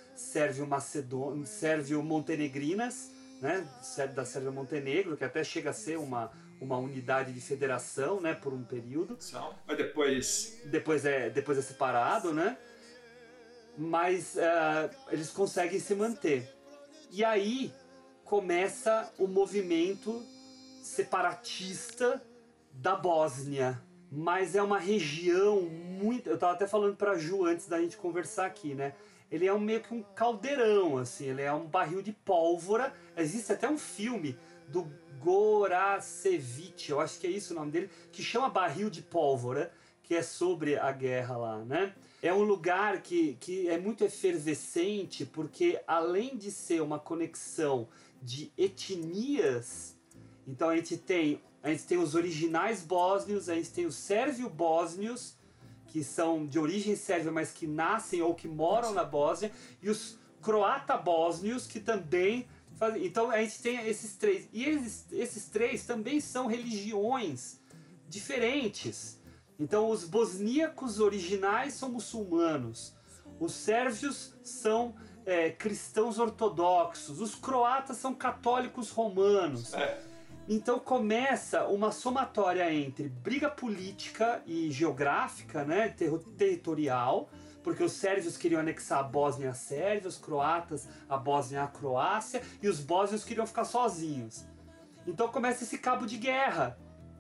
sérvio-montenegrinas, né, da Sérvia-Montenegro, que até chega a ser uma unidade de federação, né, por um período. Mas depois é separado, né? Mas eles conseguem se manter. E aí começa o movimento separatista da Bósnia. Mas é uma região muito... Eu estava até falando para a Ju antes da gente conversar aqui, né? Ele é meio que um caldeirão, assim. Ele é um barril de pólvora. Existe até um filme do Goracevic, eu acho que é isso o nome dele, que chama Barril de Pólvora, que é sobre a guerra lá, né? É um lugar que é muito efervescente, porque além de ser uma conexão de etnias, então a gente tem os originais bósnios, a gente tem os sérvio-bósnios, que são de origem sérvia, mas que nascem ou que moram na Bósnia, e os croata-bósnios, que também fazem... Então a gente tem esses três. E esses três também são religiões diferentes. Então os bosníacos originais são muçulmanos, os sérvios são cristãos ortodoxos, os croatas são católicos romanos. Então começa uma somatória entre briga política e geográfica, né, territorial, porque os sérvios queriam anexar a Bósnia à Sérvia, os croatas a Bósnia à Croácia, e os bósnios queriam ficar sozinhos. Então começa esse cabo de guerra.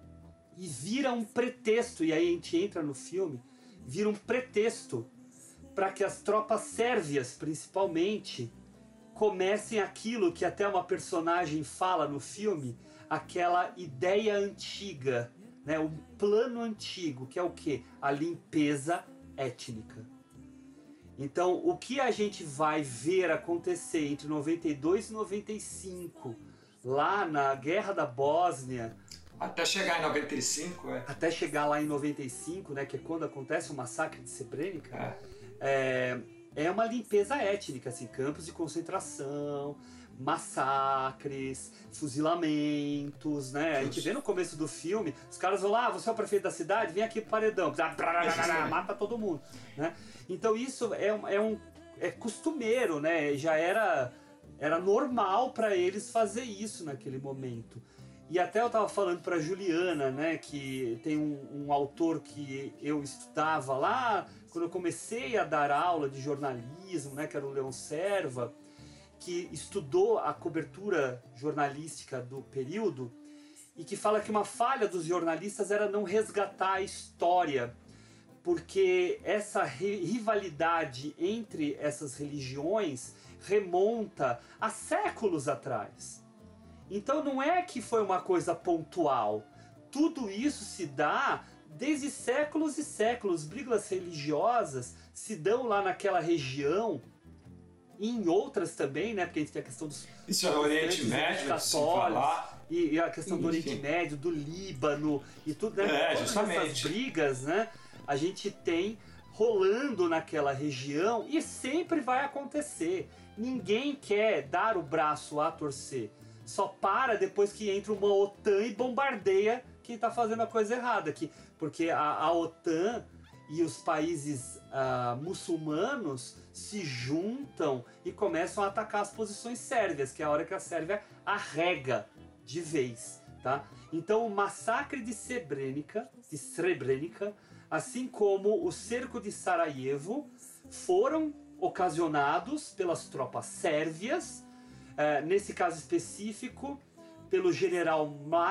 E vira um pretexto, e aí a gente entra no filme, vira um pretexto para que as tropas sérvias, principalmente, comecem aquilo que até uma personagem fala no filme, aquela ideia antiga, né? O plano antigo, que é o quê? A limpeza étnica. Então, o que a gente vai ver acontecer entre 92 e 95, lá na Guerra da Bósnia... Até chegar em 95, Até chegar lá em 95, né, que é quando acontece o massacre de Srebrenica, é uma limpeza étnica, assim, campos de concentração, massacres, fuzilamentos, né? A gente vê no começo do filme, os caras vão lá, você é o prefeito da cidade, vem aqui pro paredão, mata todo mundo, né? Então isso é costumeiro, né? Já era normal para eles fazer isso naquele momento. E até eu estava falando para Juliana, né, que tem um autor que eu estudava lá quando eu comecei a dar aula de jornalismo, né, que era o Leon Serva, que estudou a cobertura jornalística do período e que fala que uma falha dos jornalistas era não resgatar a história, porque essa rivalidade entre essas religiões remonta a séculos atrás. Então não é que foi uma coisa pontual. Tudo isso se dá desde séculos e séculos. Brigas religiosas se dão lá naquela região e em outras também, né? Porque a gente tem a questão dos... Isso é o Oriente Médio, católicos, e a questão do Oriente Médio, do Líbano e tudo, né? Justamente. Essas brigas, né? A gente tem rolando naquela região e sempre vai acontecer. Ninguém quer dar o braço a torcer. Só para depois que entra uma OTAN e bombardeia quem está fazendo a coisa errada. Porque a OTAN e os países muçulmanos se juntam e começam a atacar as posições sérvias, que é a hora que a Sérvia arrega de vez. Tá? Então o massacre de Srebrenica, assim como o cerco de Sarajevo, foram ocasionados pelas tropas sérvias, nesse caso específico, pelo general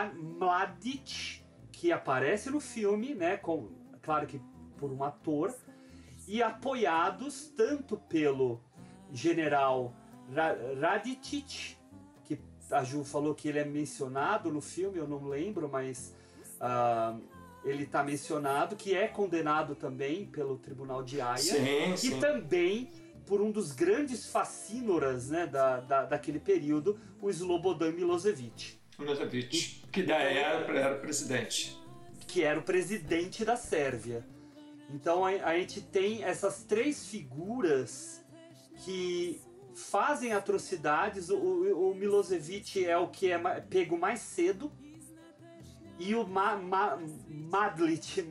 Mladic, que aparece no filme, né, claro que por um ator, e apoiados tanto pelo general Radičić, que a Ju falou que ele é mencionado no filme, eu não lembro, mas ele está mencionado, que é condenado também pelo Tribunal de Haia, sim. E também por um dos grandes fascínoras, né, daquele período, o Slobodan Milošević. Que daí era o presidente. Que era o presidente da Sérvia. Então a gente tem essas três figuras que fazem atrocidades. O Milošević é o que é pego mais cedo. E o Mladic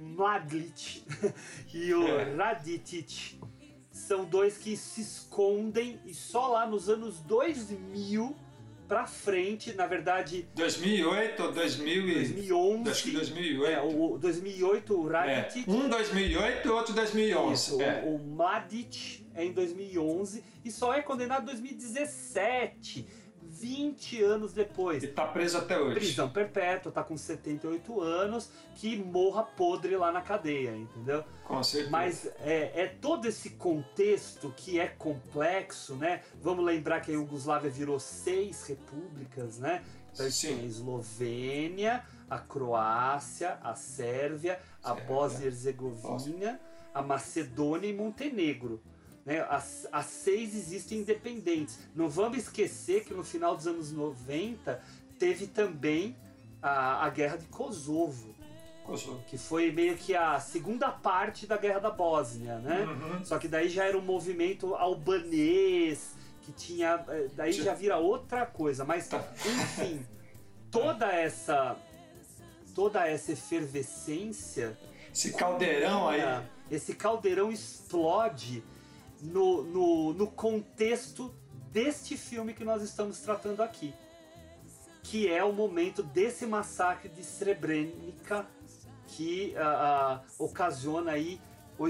e o Radičić são dois que se escondem e só lá nos anos 2000 pra frente, na verdade... 2008 ou 2011. Acho que 2008. O 2008, o Radičić... Um 2008 e outro 2011. Isso, o Mladic é em 2011 e só é condenado em 2017, 20 anos depois. E tá preso até hoje. Prisão perpétua, tá com 78 anos, que morra podre lá na cadeia, entendeu? Com certeza. Mas é todo esse contexto que é complexo, né? Vamos lembrar que a Iugoslávia virou 6 repúblicas, né? Então tinha a Eslovênia, a Croácia, a Sérvia, a Bósnia e Herzegovina, a Macedônia e Montenegro. Né? As 6 existem independentes. Não vamos esquecer que no final dos anos 90 teve também a Guerra de Kosovo, que foi meio que a segunda parte da Guerra da Bósnia, né? Só que daí já era um movimento albanês, que tinha... Daí já vira outra coisa, mas enfim, toda essa efervescência... Esse caldeirão aí... Esse caldeirão explode no contexto deste filme que nós estamos tratando aqui, que é o momento desse massacre de Srebrenica, que ocasiona aí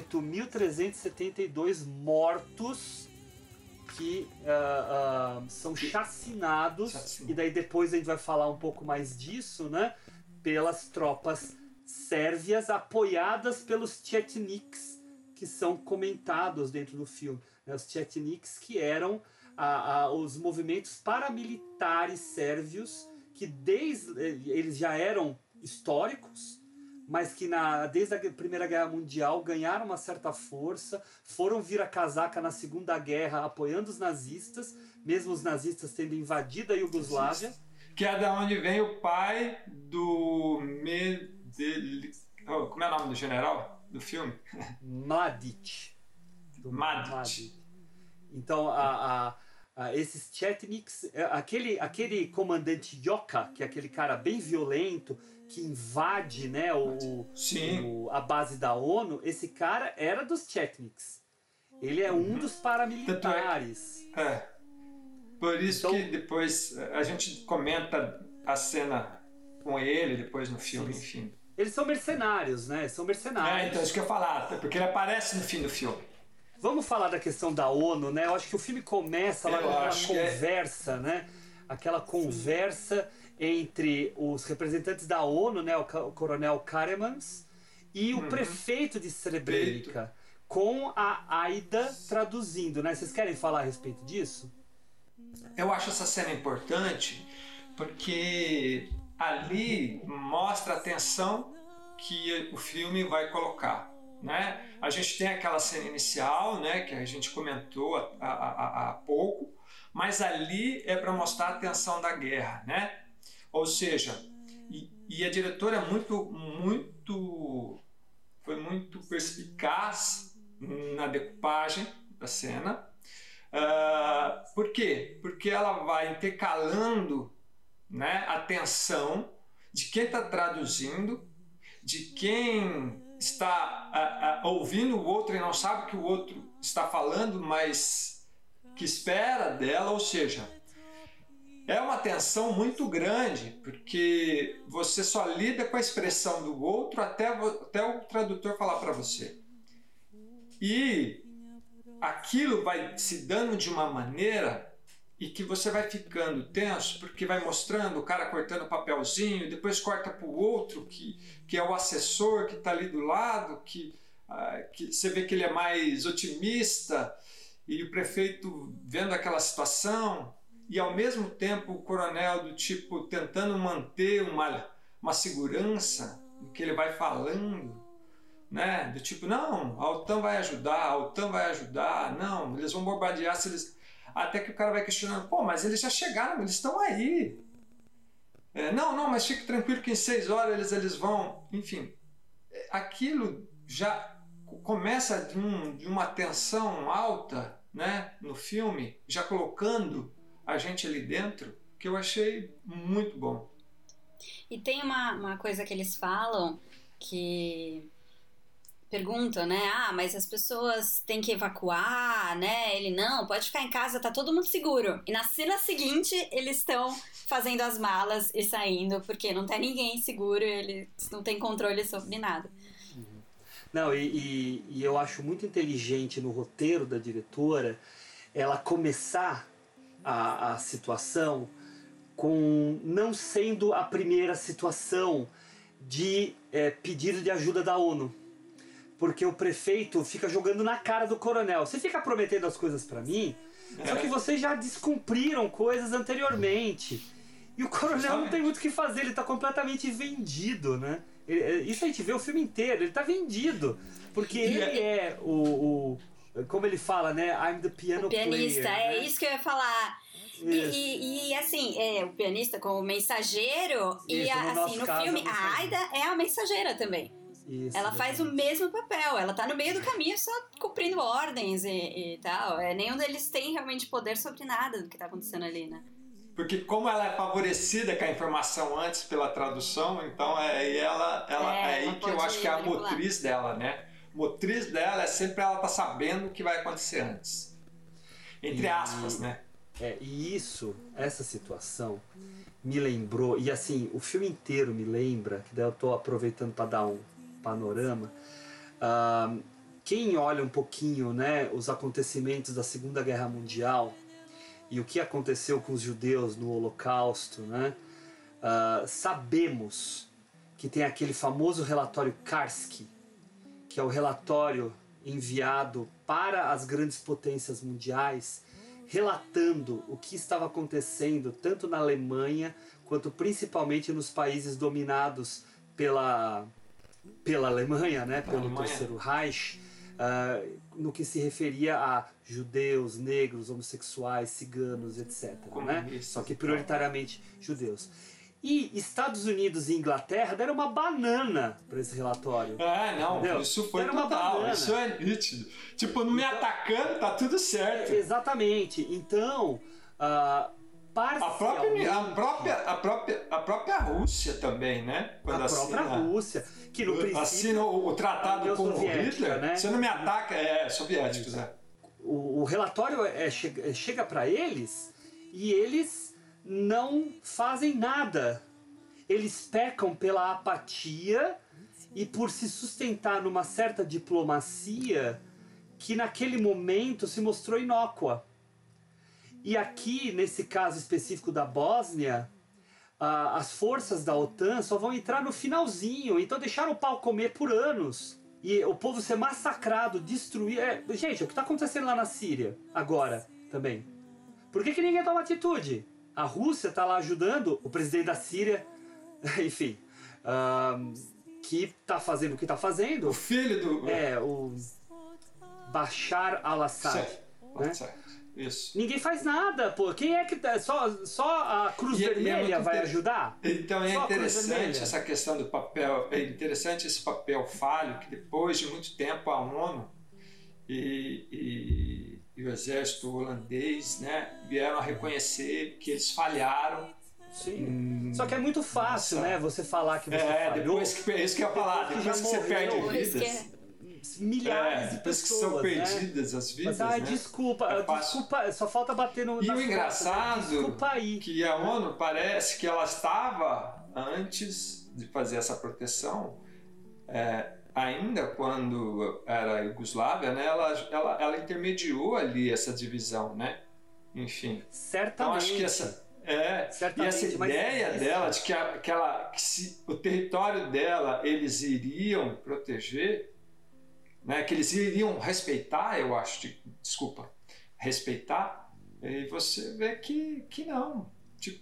8.372 mortos que são chacinados, e daí depois a gente vai falar um pouco mais disso, né, pelas tropas sérvias apoiadas pelos Chetniks, que são comentados dentro do filme, né? Os Chetniks, que eram os movimentos paramilitares sérvios, que eles já eram históricos, mas que desde a Primeira Guerra Mundial ganharam uma certa força, foram vir a casaca na Segunda Guerra apoiando os nazistas, mesmo os nazistas tendo invadido a Iugoslávia. Que é da onde vem o pai do... Como é o nome do general do filme? Mladic. Mladic. Então, esses Chetniks, aquele comandante Joka, que é aquele cara bem violento, que invade, né, a base da ONU, esse cara era dos Chetniks. Ele é um dos paramilitares. Por isso que depois a gente comenta a cena com ele, depois no filme, enfim. Eles são mercenários, né? São mercenários. Então isso que eu ia falar, porque ele aparece no fim do filme. Vamos falar da questão da ONU, né? Eu acho que o filme começa lá com aquela conversa, né? Aquela conversa entre os representantes da ONU, né? O coronel Karemans e o prefeito de Srebrenica, com a Aida traduzindo, né? Vocês querem falar a respeito disso? Eu acho essa cena importante porque ali mostra a tensão que o filme vai colocar, né? A gente tem aquela cena inicial, né, que a gente comentou há pouco, mas ali é para mostrar a tensão da guerra, né? Ou seja, e a diretora foi muito perspicaz na decupagem da cena. Por quê? Porque ela vai intercalando, né, a tensão de quem está traduzindo, de quem está ouvindo o outro e não sabe o que o outro está falando, mas que espera dela. Ou seja, é uma tensão muito grande, porque você só lida com a expressão do outro até o tradutor falar para você. E aquilo vai se dando de uma maneira e que você vai ficando tenso, porque vai mostrando o cara cortando o papelzinho, depois corta para o outro, que é o assessor que está ali do lado, que você vê que ele é mais otimista, e o prefeito vendo aquela situação, e ao mesmo tempo o coronel do tipo tentando manter uma segurança no que ele vai falando, né? Do tipo, não, a OTAN vai ajudar, não, eles vão bombardear se eles... Até que o cara vai questionando, pô, mas eles já chegaram, eles estão aí. Não, mas fique tranquilo que em 6 horas eles vão... Enfim, aquilo já começa de uma tensão alta, né, no filme, já colocando a gente ali dentro, que eu achei muito bom. E tem uma coisa que eles falam que... perguntam, né? Mas as pessoas têm que evacuar, né? Ele, não, pode ficar em casa, tá todo mundo seguro. E na cena seguinte, eles estão fazendo as malas e saindo, porque não tá ninguém seguro, eles não têm controle sobre nada. Não, e eu acho muito inteligente no roteiro da diretora ela começar a situação com não sendo a primeira situação de pedido de ajuda da ONU. Porque o prefeito fica jogando na cara do coronel. Você fica prometendo as coisas pra mim, só que vocês já descumpriram coisas anteriormente. E o coronel não tem muito o que fazer, ele tá completamente vendido, né? Isso a gente vê o filme inteiro, ele tá vendido. Porque ele é como ele fala, né? I'm the piano player. O pianista, né? Isso que eu ia falar. E assim, o pianista como mensageiro, e assim, no filme, a Aida é a mensageira também. Isso, ela faz o mesmo papel, ela tá no meio do caminho só cumprindo ordens e tal. Nenhum deles tem realmente poder sobre nada do que tá acontecendo ali, né? Porque como ela é favorecida com a informação antes pela tradução, então ela aí que eu acho que é a motriz dela, né? A motriz dela é sempre ela tá sabendo o que vai acontecer antes. Entre aspas, né? E essa situação me lembrou, e assim, o filme inteiro me lembra, que daí eu tô aproveitando para dar um panorama. Quem olha um pouquinho, né, os acontecimentos da Segunda Guerra Mundial e o que aconteceu com os judeus no Holocausto, né, sabemos que tem aquele famoso relatório Karski, que é o relatório enviado para as grandes potências mundiais, relatando o que estava acontecendo tanto na Alemanha quanto principalmente nos países dominados pela Alemanha, né, pelo Terceiro Reich, no que se referia a judeus, negros, homossexuais, ciganos, etc. Né? Só que prioritariamente judeus. E Estados Unidos e Inglaterra deram uma banana para esse relatório. Não, entendeu? Isso foi deram total, isso é nítido. Tipo, não me atacando, tá tudo certo. Exatamente. Então, a própria Rússia também, né? Quando a própria Rússia, que no princípio assina o tratado com o Hitler, né? Você não me ataca, soviéticos, né? O relatório chega para eles e eles não fazem nada. Eles pecam pela apatia e por se sustentar numa certa diplomacia que naquele momento se mostrou inócua. E aqui, nesse caso específico da Bósnia, as forças da OTAN só vão entrar no finalzinho, então deixaram o pau comer por anos. E o povo ser massacrado, destruído... Gente, o que está acontecendo lá na Síria, agora, também? Por que ninguém toma atitude? A Rússia está lá ajudando o presidente da Síria, enfim, que está fazendo o que está fazendo. O filho do... o Bashar al-Assad. Né? Isso. Ninguém faz nada, pô. Quem é que tá? Só a Cruz Vermelha vai ajudar? Então é interessante essa questão do papel, é interessante esse papel falho que depois de muito tempo a ONU e o exército holandês, né, vieram a reconhecer que eles falharam. Sim. Só que é muito fácil, né, você falar que você falhou. Depois que, isso que eu ia falar, depois que você perde vidas. Milhares de pessoas, que são perdidas, né? As vidas, mas, né? Desculpa, só falta bater no... E o engraçado que a ONU parece que ela estava, antes de fazer essa proteção, ainda quando era a Iugoslávia, né, ela intermediou ali essa divisão, né? Enfim. Certamente. Então acho que e essa ideia dela de que se o território dela eles iriam proteger, né, que eles iriam respeitar, eu acho, respeitar, e você vê que não. Tipo,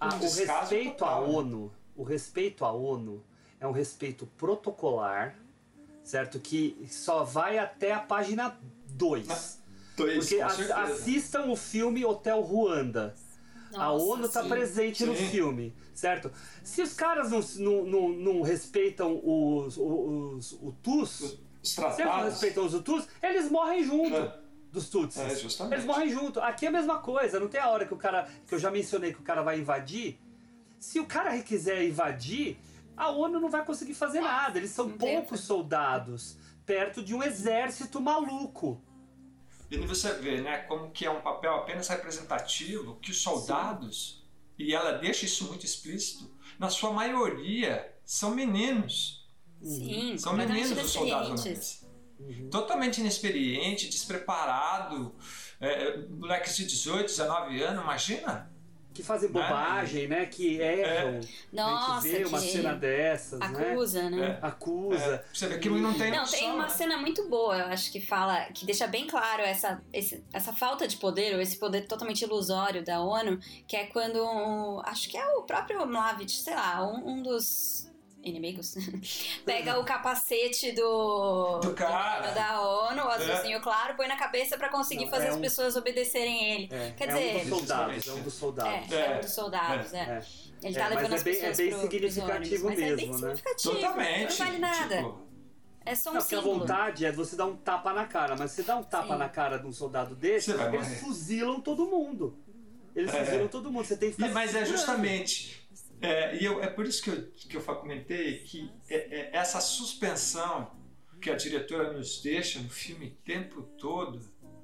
o respeito à ONU é um respeito protocolar, certo? Que só vai até a página 2. Porque assistam o filme Hotel Ruanda. Nossa, a ONU está presente no filme, certo? Se os caras não respeitam os Hutus, se eles não respeitam os Hutus, eles morrem junto dos Tutsis. Justamente. Eles morrem junto. Aqui é a mesma coisa, não tem a hora que que eu já mencionei que o cara vai invadir. Se o cara quiser invadir, a ONU não vai conseguir fazer nada. Eles são poucos soldados perto de um exército maluco. E você vê, né, como que é um papel apenas representativo, que os soldados, e ela deixa isso muito explícito, na sua maioria são meninos. Sim, são meninos os soldados holandeses. Totalmente inexperiente, despreparado, moleques de 18, 19 anos, imagina? Que fazem bobagem, né? Que erram. Nossa, a gente vê uma cena dessas, acusa, né? Acusa. Você vê que não tem Não, tem uma cena muito boa, eu acho que fala, que deixa bem claro essa falta de poder, ou esse poder totalmente ilusório da ONU, que é quando, acho que é o próprio Mladic, sei lá, um dos inimigos, pega o capacete do cara da ONU, o azulzinho claro, põe na cabeça pra conseguir fazer as pessoas obedecerem ele. Quer dizer... um dos soldados. É um dos soldados, Ele tá levando as pessoas bem significativo mas mesmo, é bem significativo, totalmente. Não vale nada. É só um símbolo. Porque a vontade é você dar um tapa na cara, mas você dá um tapa na cara de um soldado desse, eles fuzilam todo mundo. Fuzilam todo mundo, você tem que ficar mas justamente... é por isso que eu comentei que essa suspensão que a diretora nos deixa no filme o tempo todo,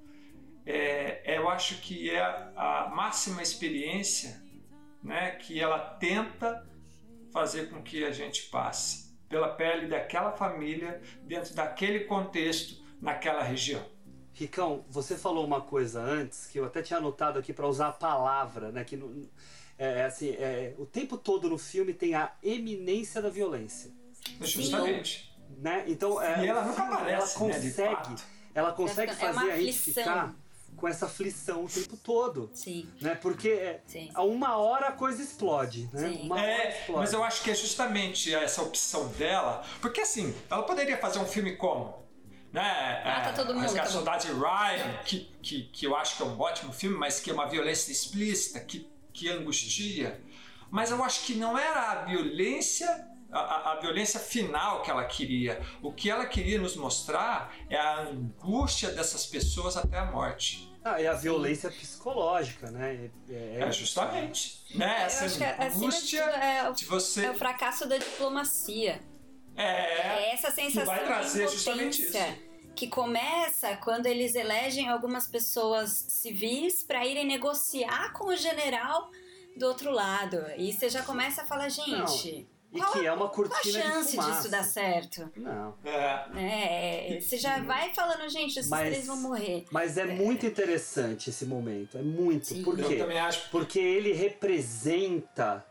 eu acho que é a máxima experiência, né, que ela tenta fazer com que a gente passe pela pele daquela família, dentro daquele contexto, naquela região. Ricão, você falou uma coisa antes que eu até tinha anotado aqui para usar a palavra, né, que o tempo todo no filme tem a eminência da violência. Justamente. Né? Então, e ela nunca aparece, ela consegue ela consegue fazer a gente aflição. ficar com essa aflição o tempo todo. Sim. Né? Porque a uma hora a coisa explode, né? Sim. Uma hora explode. Mas eu acho que é justamente essa opção dela, porque assim, ela poderia fazer um filme como, né? Mata todo mundo, Resgate acabou. Soldado Ryan, que eu acho que é um ótimo filme, mas que é uma violência explícita, que angustia. Mas eu acho que não era a violência final que ela queria. O que ela queria nos mostrar é a angústia dessas pessoas até a morte. E a violência psicológica, né? Justamente. Né? Essa acho que, acima de angústia tudo, de você... É o fracasso da diplomacia. É essa sensação que vai trazer de justamente impotência isso. que começa quando eles elegem algumas pessoas civis para irem negociar com o general do outro lado. E você já começa a falar, gente... E que é uma cortina qual a chance de fumaça. disso dar certo? Não. Você já vai falando, gente, esses três vão morrer. Mas é muito interessante esse momento. É muito. Sim. Por quê? Eu também acho. Porque ele representa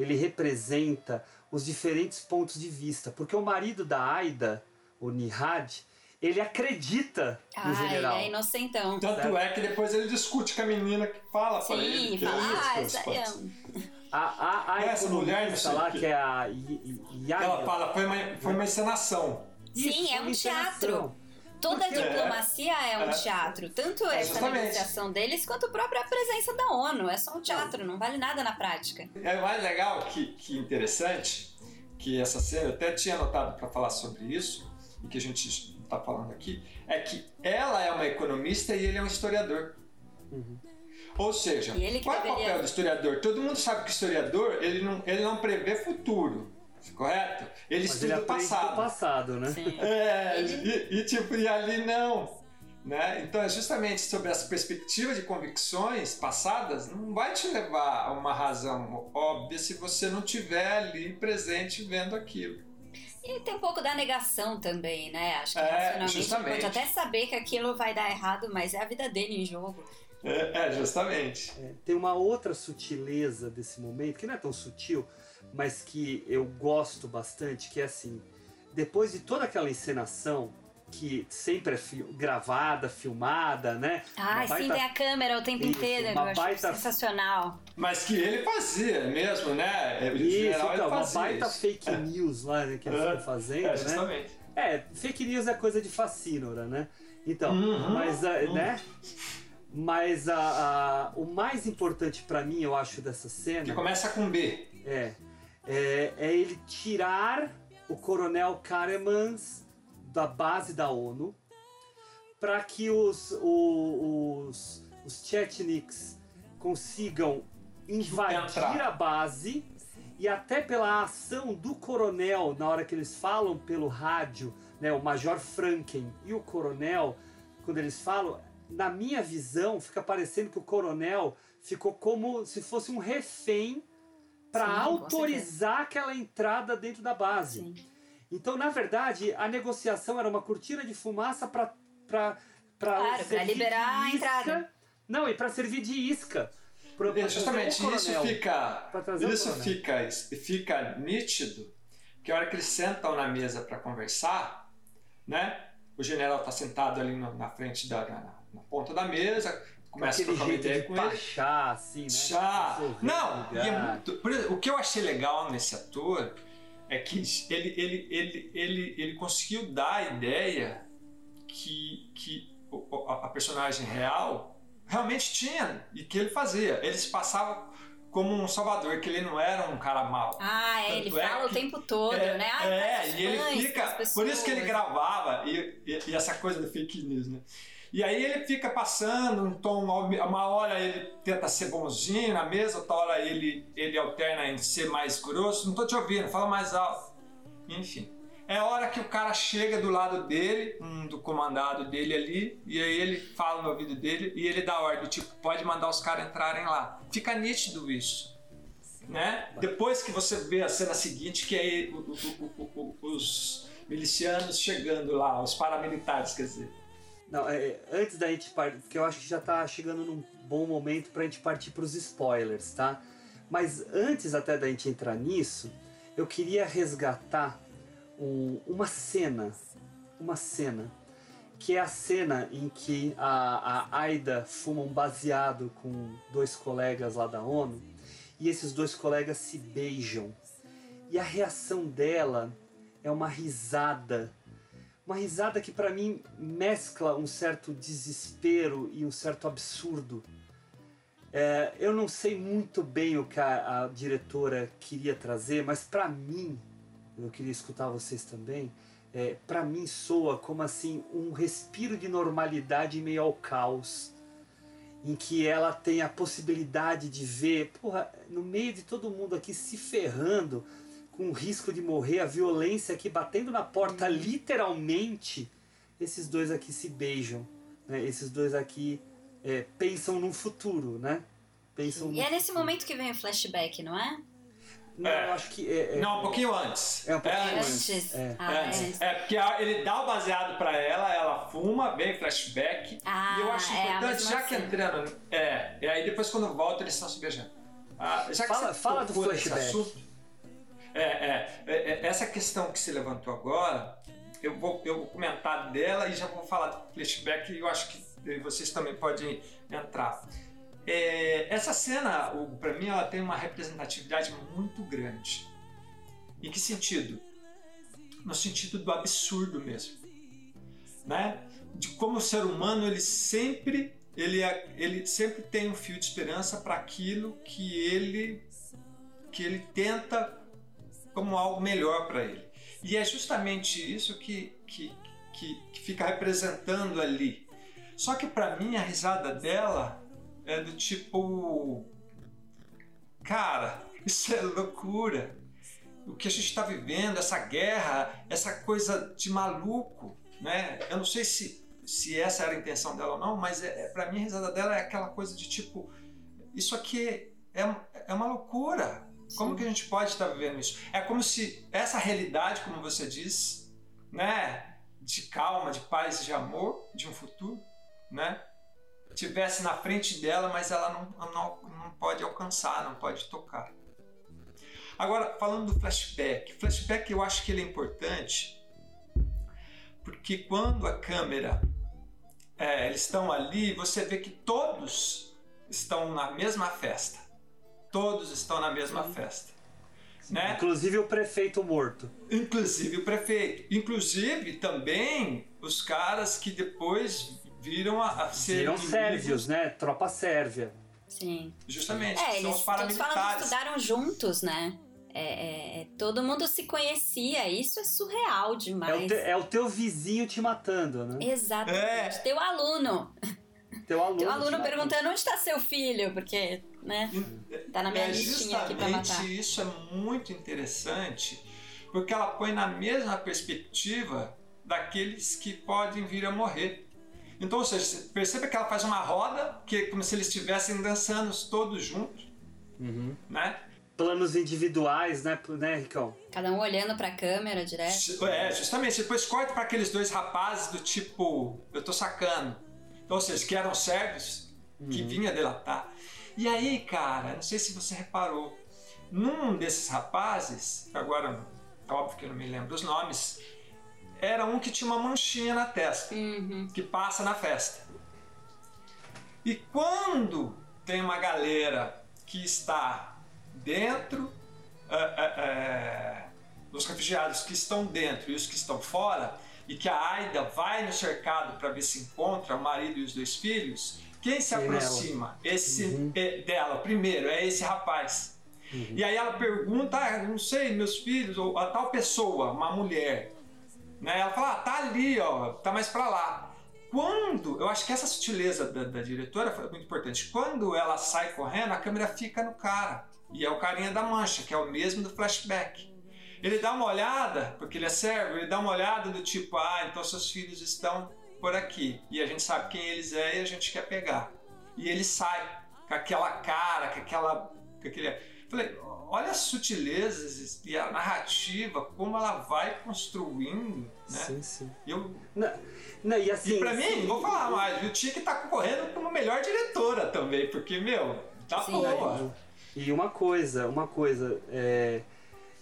os diferentes pontos de vista. Porque o marido da Aida, o Nihad, ele acredita no general. Ele é inocentão. Tanto é que depois ele discute com a menina que fala pra ele. Sim, fala, isso essa essa mulher, não sei lá, o quê. que é a Ela fala, foi uma encenação. Sim, é um teatro. Toda a diplomacia é um teatro. Tanto essa justamente. negociação deles, quanto a própria presença da ONU. É só um teatro, não vale nada na prática. É mais legal que interessante, que essa cena, eu até tinha anotado para falar sobre isso, e que a gente está falando aqui, é que ela é uma economista e ele é um historiador. Ou seja, qual é o papel do historiador? Todo mundo sabe que o historiador ele não prevê futuro, correto? Ele estuda o passado. Passado, né? Sim. E ali não. Né? Então é justamente sobre essa perspectiva de convicções passadas, não vai te levar a uma razão óbvia se você não estiver ali presente vendo aquilo. E tem um pouco da negação também, né? Acho que racionalmente justamente. pode até saber que aquilo vai dar errado, mas é a vida dele em jogo. Justamente. Tem uma outra sutileza desse momento, que não é tão sutil, mas que eu gosto bastante, que é assim, depois de toda aquela encenação, que sempre é gravada, filmada, né? Sim, tem a câmera o tempo inteiro, eu acho sensacional. Mas que ele fazia mesmo, né? Uma baita fake news lá, né, que eles estão fazendo, justamente. né? Fake news é coisa de facínora, né? Então, né? Mas o mais importante pra mim, eu acho, dessa cena... Que começa com B. É ele tirar o coronel Karemans da base da ONU para que os Chetniks consigam invadir a base, e até pela ação do coronel, na hora que eles falam pelo rádio, né, o Major Franken e o coronel, quando eles falam, na minha visão, fica parecendo que o coronel ficou como se fosse um refém para autorizar aquela entrada dentro da base. Sim. Então, na verdade, a negociação era uma cortina de fumaça para liberar a entrada. Não, e para servir de isca. Justamente isso fica nítido, que a hora que eles sentam na mesa para conversar, né? O general está sentado ali na frente na ponta da mesa, começa a trocar uma ideia com ele. Chá, assim, né? Chá. Não, e é muito, o que eu achei legal nesse ator é que ele conseguiu dar a ideia que a personagem real realmente tinha e que ele fazia. Ele se passava como um salvador, que ele não era um cara mau. Ele fala o tempo todo, né? E ele fica... Por isso que ele gravava, e essa coisa do fake news, né? E aí ele fica passando um tom, uma hora ele tenta ser bonzinho na mesa, outra hora ele alterna em ser mais grosso. Não tô te ouvindo, fala mais alto. Enfim. É a hora que o cara chega do lado dele, do comandado dele ali, e aí ele fala no ouvido dele e ele dá ordem, tipo, pode mandar os caras entrarem lá. Fica nítido isso, né? Depois que você vê a cena seguinte, que é os milicianos chegando lá, os paramilitares, quer dizer. Não, antes da gente partir, porque eu acho que já tá chegando num bom momento pra gente partir pros spoilers, tá? Mas antes até da gente entrar nisso, eu queria resgatar uma cena que é a cena em que a Aida fuma um baseado com 2 colegas lá da ONU, e esses 2 colegas se beijam. E a reação dela é uma risada que para mim mescla um certo desespero e um certo absurdo. Eu não sei muito bem o que a diretora queria trazer, mas para mim, eu queria escutar vocês também, para mim soa como assim um respiro de normalidade em meio ao caos, em que ela tem a possibilidade de ver, no meio de todo mundo aqui se ferrando, com o risco de morrer, a violência aqui batendo na porta, literalmente, esses 2 aqui se beijam, né? Esses 2 aqui pensam no futuro, né? E é nesse momento que vem o flashback, não é? Não, eu acho que Não, um pouquinho antes. Um pouquinho antes. Antes. Porque ele dá o baseado pra ela fuma, vem flashback. E eu acho importante, já que entrando. E aí depois quando volta eles estão se beijando. Já que fala do flashback. Assunto, essa questão que se levantou agora, eu vou comentar dela e já vou falar do flashback e eu acho que vocês também podem entrar. Essa cena, para mim, ela tem uma representatividade muito grande. Em que sentido? No sentido do absurdo mesmo, né? De como o ser humano ele sempre tem um fio de esperança para aquilo que ele tenta como algo melhor para ele. E é justamente isso que fica representando ali. Só que para mim a risada dela é do tipo, cara, isso é loucura. O que a gente está vivendo, essa guerra, essa coisa de maluco, né? Eu não sei se essa era a intenção dela ou não, mas para mim a risada dela é aquela coisa de tipo, isso aqui é uma loucura. Como que a gente pode estar vivendo isso? É como se essa realidade, como você diz, né, de calma, de paz, de amor, de um futuro, né, tivesse na frente dela, mas ela não pode alcançar, não pode tocar. Agora, falando do flashback eu acho que ele é importante porque quando a câmera, eles estão ali, você vê que todos estão na mesma festa. Todos estão na mesma festa. Né? Inclusive o prefeito morto. Inclusive o prefeito. Inclusive também os caras que depois viram a ser viram sérvios, né? Tropa sérvia. Sim. Justamente. Eles os paramilitares. falam que estudaram juntos, né? Todo mundo se conhecia. Isso é surreal demais. É o teu vizinho te matando, né? Exatamente. Teu aluno. Teu aluno perguntando onde está seu filho, porque, né? Tá na minha listinha aqui pra matar. Justamente isso é muito interessante, porque ela põe na mesma perspectiva daqueles que podem vir a morrer. Então, ou seja, você percebe que ela faz uma roda, que é como se eles estivessem dançando todos juntos, né? Planos individuais, né, Ricão? Cada um olhando pra câmera direto. Justamente. Depois corta para aqueles 2 rapazes do tipo, eu tô sacando. Então, ou seja, que eram sérvios, que vinha delatar. E aí, cara, não sei se você reparou, num desses rapazes, agora, óbvio que eu não me lembro dos nomes, era um que tinha uma manchinha na testa, que passa na festa. E quando tem uma galera que está dentro, os refugiados que estão dentro e os que estão fora, e que a Aida vai no cercado para ver se encontra o marido e os 2 filhos, quem se aproxima dela primeiro é esse rapaz. E aí ela pergunta, não sei, meus filhos, ou a tal pessoa, uma mulher, né? Ela fala, tá ali, ó, tá mais para lá. Eu acho que essa sutileza da diretora foi muito importante. Quando ela sai correndo, a câmera fica no cara, e é o carinha da mancha, que é o mesmo do flashback. Ele dá uma olhada, porque ele é sérvio, ele dá uma olhada do tipo, então seus filhos estão por aqui. E a gente sabe quem eles é e a gente quer pegar. E ele sai com aquela cara, com aquele... Falei, olha as sutilezas e a narrativa, como ela vai construindo, né? Sim. E assim, e pra mim, vou falar mais, eu tinha que estar concorrendo como melhor diretora também, porque, tá boa. E uma coisa, eu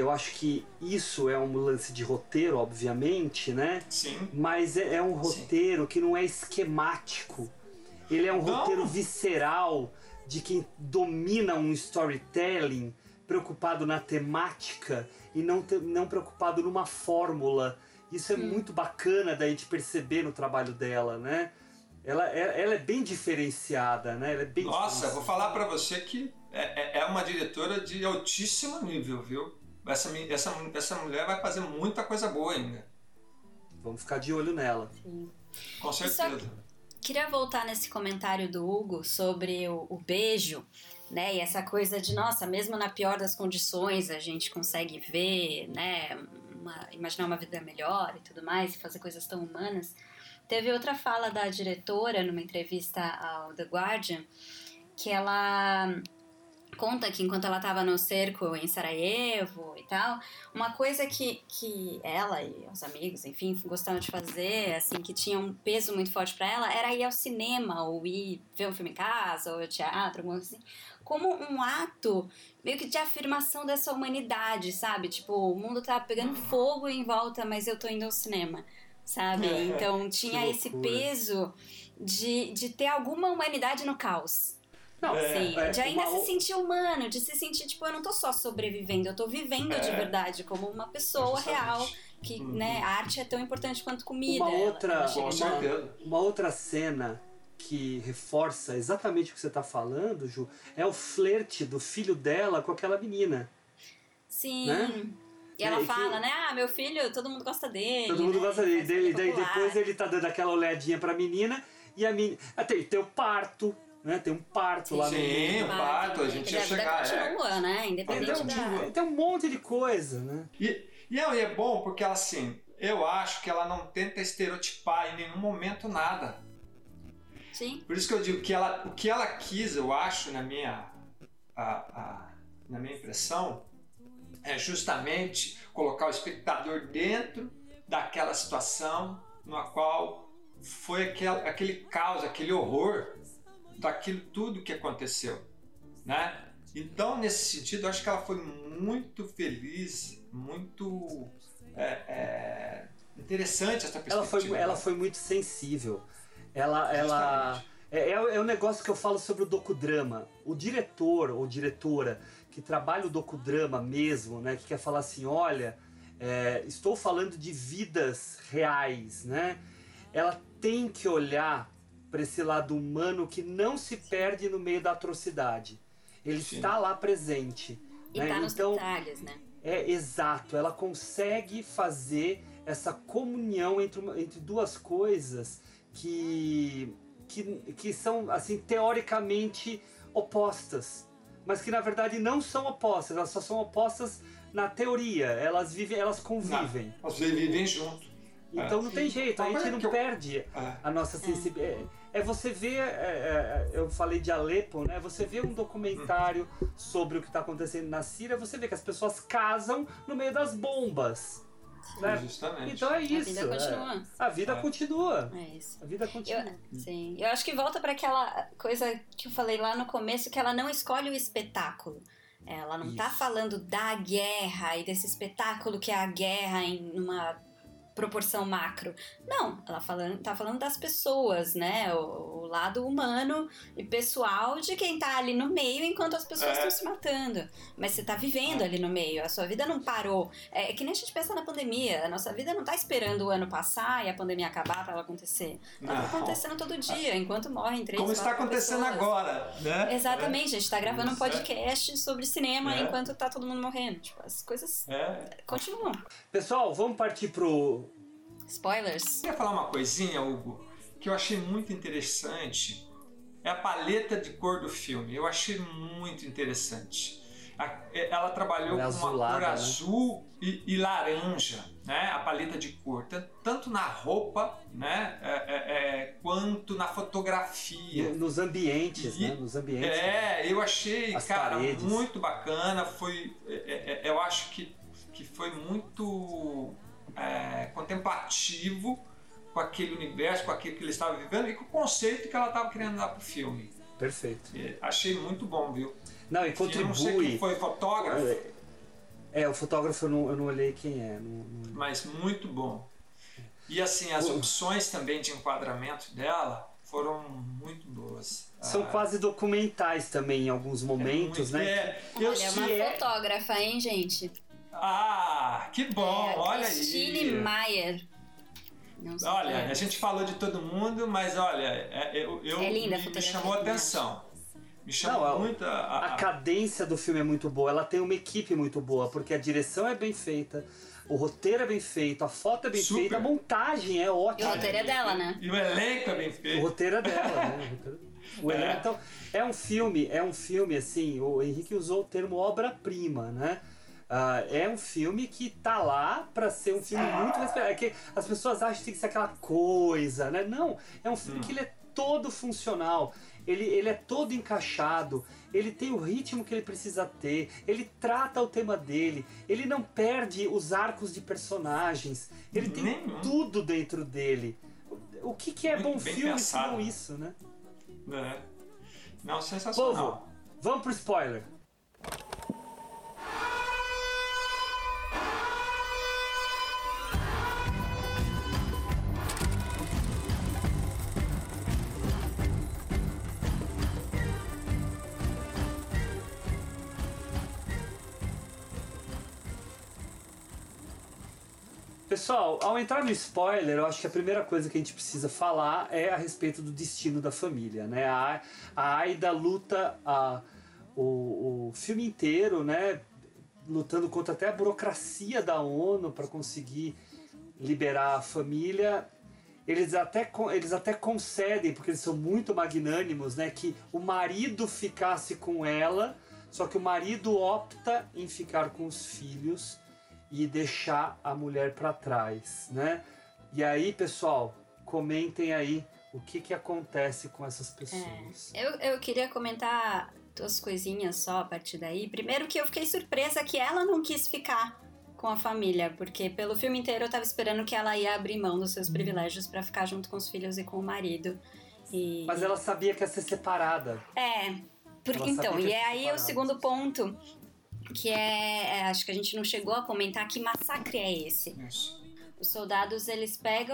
eu acho que isso é um lance de roteiro, obviamente, né? Sim. Mas é um roteiro que não é esquemático. Ele é um roteiro visceral de quem domina um storytelling, preocupado na temática e não preocupado numa fórmula. Isso é muito bacana da gente perceber no trabalho dela, né? Ela é bem diferenciada, né? Ela é bem Nossa, vou falar pra você que é uma diretora de altíssimo nível, viu? Essa mulher vai fazer muita coisa boa ainda. Vamos ficar de olho nela. Sim. Com certeza. Queria voltar nesse comentário do Hugo sobre o beijo, né? E essa coisa de, nossa, mesmo na pior das condições a gente consegue ver, né? Imaginar uma vida melhor e tudo mais, fazer coisas tão humanas. Teve outra fala da diretora numa entrevista ao The Guardian, que ela conta que enquanto ela estava no cerco em Sarajevo e tal, uma coisa que ela e os amigos, enfim, gostavam de fazer, assim, que tinha um peso muito forte para ela, era ir ao cinema, ou ir ver um filme em casa, ou ao teatro, alguma coisa assim, como um ato meio que de afirmação dessa humanidade, sabe? Tipo, o mundo tá pegando fogo em volta, mas eu tô indo ao cinema, sabe? Então tinha esse peso de ter alguma humanidade no caos. Não, sim, de ainda se sentir humano, de se sentir, tipo, eu não tô só sobrevivendo, eu tô vivendo de verdade, como uma pessoa real, que, né, a arte é tão importante quanto comida. Uma outra cena que reforça exatamente o que você tá falando, Ju, é o flerte do filho dela com aquela menina. Sim. Né? E ela fala, né, meu filho, todo mundo gosta dele. Todo mundo gosta dele, e daí depois ele tá dando aquela olhadinha pra menina, e a menina... Tem o parto, né? Tem um parto lá no meio. Sim, o parto, a gente ia chegar. Continua, né? Independente Tem um monte de coisa, né? E é bom porque ela, assim, eu acho que ela não tenta estereotipar em nenhum momento nada. Sim. Por isso que eu digo que o que ela quis, eu acho, na minha impressão, é justamente colocar o espectador dentro daquela situação na qual foi aquele caos, aquele horror daquilo tudo que aconteceu, né? Então, nesse sentido, eu acho que ela foi muito feliz, muito interessante essa perspectiva. Ela foi muito sensível. É um negócio que eu falo sobre o docudrama. O diretor ou diretora que trabalha o docudrama mesmo, né? Que quer falar assim, olha, estou falando de vidas reais, né? Ela tem que olhar para esse lado humano que não se perde no meio da atrocidade. Ele está lá presente. E né? tá nos detalhes, né? Exato. Ela consegue fazer essa comunhão entre duas coisas que são, assim, teoricamente opostas. Mas que, na verdade, não são opostas. Elas só são opostas na teoria. Elas convivem. Elas vivem junto. Então não tem jeito, a gente não perde a nossa sensibilidade. Você ver, eu falei de Alepo, né? Você vê um documentário sobre o que está acontecendo na Síria, você vê que as pessoas casam no meio das bombas. Né? Justamente. Então é isso. A vida continua. A vida continua. É isso. A vida continua. Sim. Eu acho que volta para aquela coisa que eu falei lá no começo, que ela não escolhe o espetáculo. Ela não está falando da guerra e desse espetáculo que é a guerra em uma proporção macro. Não, ela tá falando das pessoas, né? O lado humano e pessoal de quem tá ali no meio enquanto as pessoas estão se matando. Mas você tá vivendo ali no meio, a sua vida não parou. É que nem a gente pensa na pandemia, a nossa vida não tá esperando o ano passar e a pandemia acabar pra ela acontecer. Ela tá acontecendo todo dia, enquanto morrem 3, 4 Como está acontecendo pessoas. Agora, né? Exatamente, a gente tá gravando um podcast sobre cinema enquanto tá todo mundo morrendo. Tipo, as coisas continuam. Pessoal, vamos partir pro... Spoilers. Eu queria falar uma coisinha, Hugo, que eu achei muito interessante. É a paleta de cor do filme. Eu achei muito interessante. Ela trabalhou com uma cor azul e laranja, né? A paleta de cor, tanto na roupa, né? Quanto na fotografia. Nos ambientes, né? Nos ambientes. Eu achei, paredes. muito bacana. Eu acho que foi muito contemplativo com aquele universo, com aquilo que ele estava vivendo e com o conceito que ela estava querendo dar para o filme. Perfeito. Achei muito bom, viu? Não, e contribui. Eu não sei quem foi fotógrafo. O fotógrafo eu não olhei quem é. Mas muito bom. E assim, as opções também de enquadramento dela foram muito boas. São quase documentais também em alguns momentos, né? Olha, é uma fotógrafa, hein, gente? Que bom, olha aí. Christine Meyer. Olha, a gente falou de todo mundo, mas olha, linda me chamou a atenção. Me chamou muito a cadência do filme é muito boa, ela tem uma equipe muito boa, porque a direção é bem feita, o roteiro é bem feito, a foto é bem feita, a montagem é ótima. E o roteiro é dela, né? E o elenco é bem feito. O roteiro é dela, né? Então, é um filme assim, o Henrique usou o termo obra-prima, né? É um filme que tá lá pra ser um filme muito respeitado. É que as pessoas acham que tem que ser aquela coisa, né? Não, é um filme que ele é todo funcional. Ele é todo encaixado, ele tem o ritmo que ele precisa ter, ele trata o tema dele, ele não perde os arcos de personagens, ele tem tudo dentro dele. O que é bom filme se não isso, né? Não, sensacional. Povo, vamos pro spoiler. Pessoal, ao entrar no spoiler, eu acho que a primeira coisa que a gente precisa falar é a respeito do destino da família, né? A Aida luta o filme inteiro, né? Lutando contra até a burocracia da ONU para conseguir liberar a família. Eles até concedem, porque eles são muito magnânimos, né? Que o marido ficasse com ela, só que o marido opta em ficar com os filhos e deixar a mulher para trás, né? E aí, pessoal, comentem aí o que acontece com essas pessoas. Eu queria comentar 2 coisinhas só a partir daí. Primeiro que eu fiquei surpresa que ela não quis ficar com a família, porque pelo filme inteiro eu tava esperando que ela ia abrir mão dos seus privilégios para ficar junto com os filhos e com o marido. Mas ela sabia que ia ser separada. Então, e é aí o segundo ponto, que acho que a gente não chegou a comentar, que massacre é esse? Os soldados, eles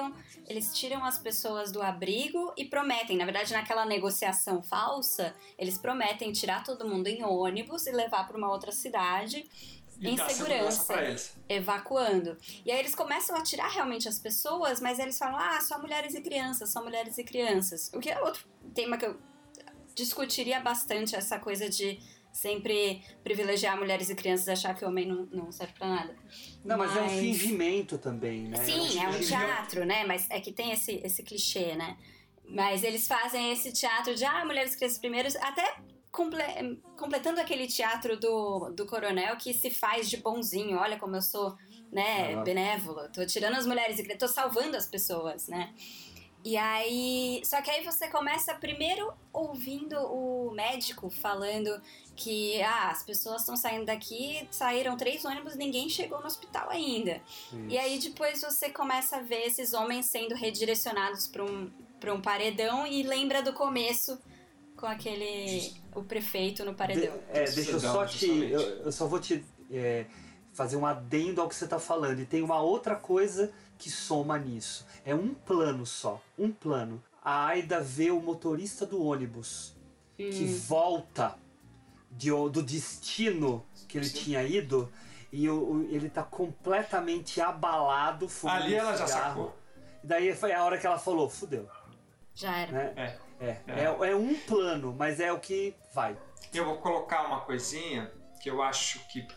tiram as pessoas do abrigo e prometem, na verdade naquela negociação falsa, eles prometem tirar todo mundo em ônibus e levar para uma outra cidade em segurança, evacuando. E aí eles começam a tirar realmente as pessoas, mas eles falam, só mulheres e crianças, só mulheres e crianças. O que é outro tema que eu discutiria bastante, essa coisa de sempre privilegiar mulheres e crianças e achar que o homem não serve pra nada. Mas é um fingimento também, né? Sim, é um teatro, né? Mas é que tem esse clichê, né? Mas eles fazem esse teatro de mulheres e crianças primeiro, até completando aquele teatro do coronel que se faz de bonzinho. Olha como eu sou, né, benévolo. Tô tirando as mulheres e crianças, tô salvando as pessoas, né? E aí, só que aí você começa primeiro ouvindo o médico falando que as pessoas estão saindo daqui, saíram 3 ônibus, ninguém chegou no hospital ainda. Isso. E aí depois você começa a ver esses homens sendo redirecionados para um paredão e lembra do começo com o prefeito no paredão. Deixa eu só eu só vou te fazer um adendo ao que você tá falando. E tem uma outra coisa que soma nisso. É um plano só. Um plano. A Aida vê o motorista do ônibus que volta do destino que ele tinha ido e ele tá completamente abalado. Ali ela já sacou. E daí foi a hora que ela falou, fudeu. Já era. Né? É um plano, mas é o que vai. Eu vou colocar uma coisinha que eu acho que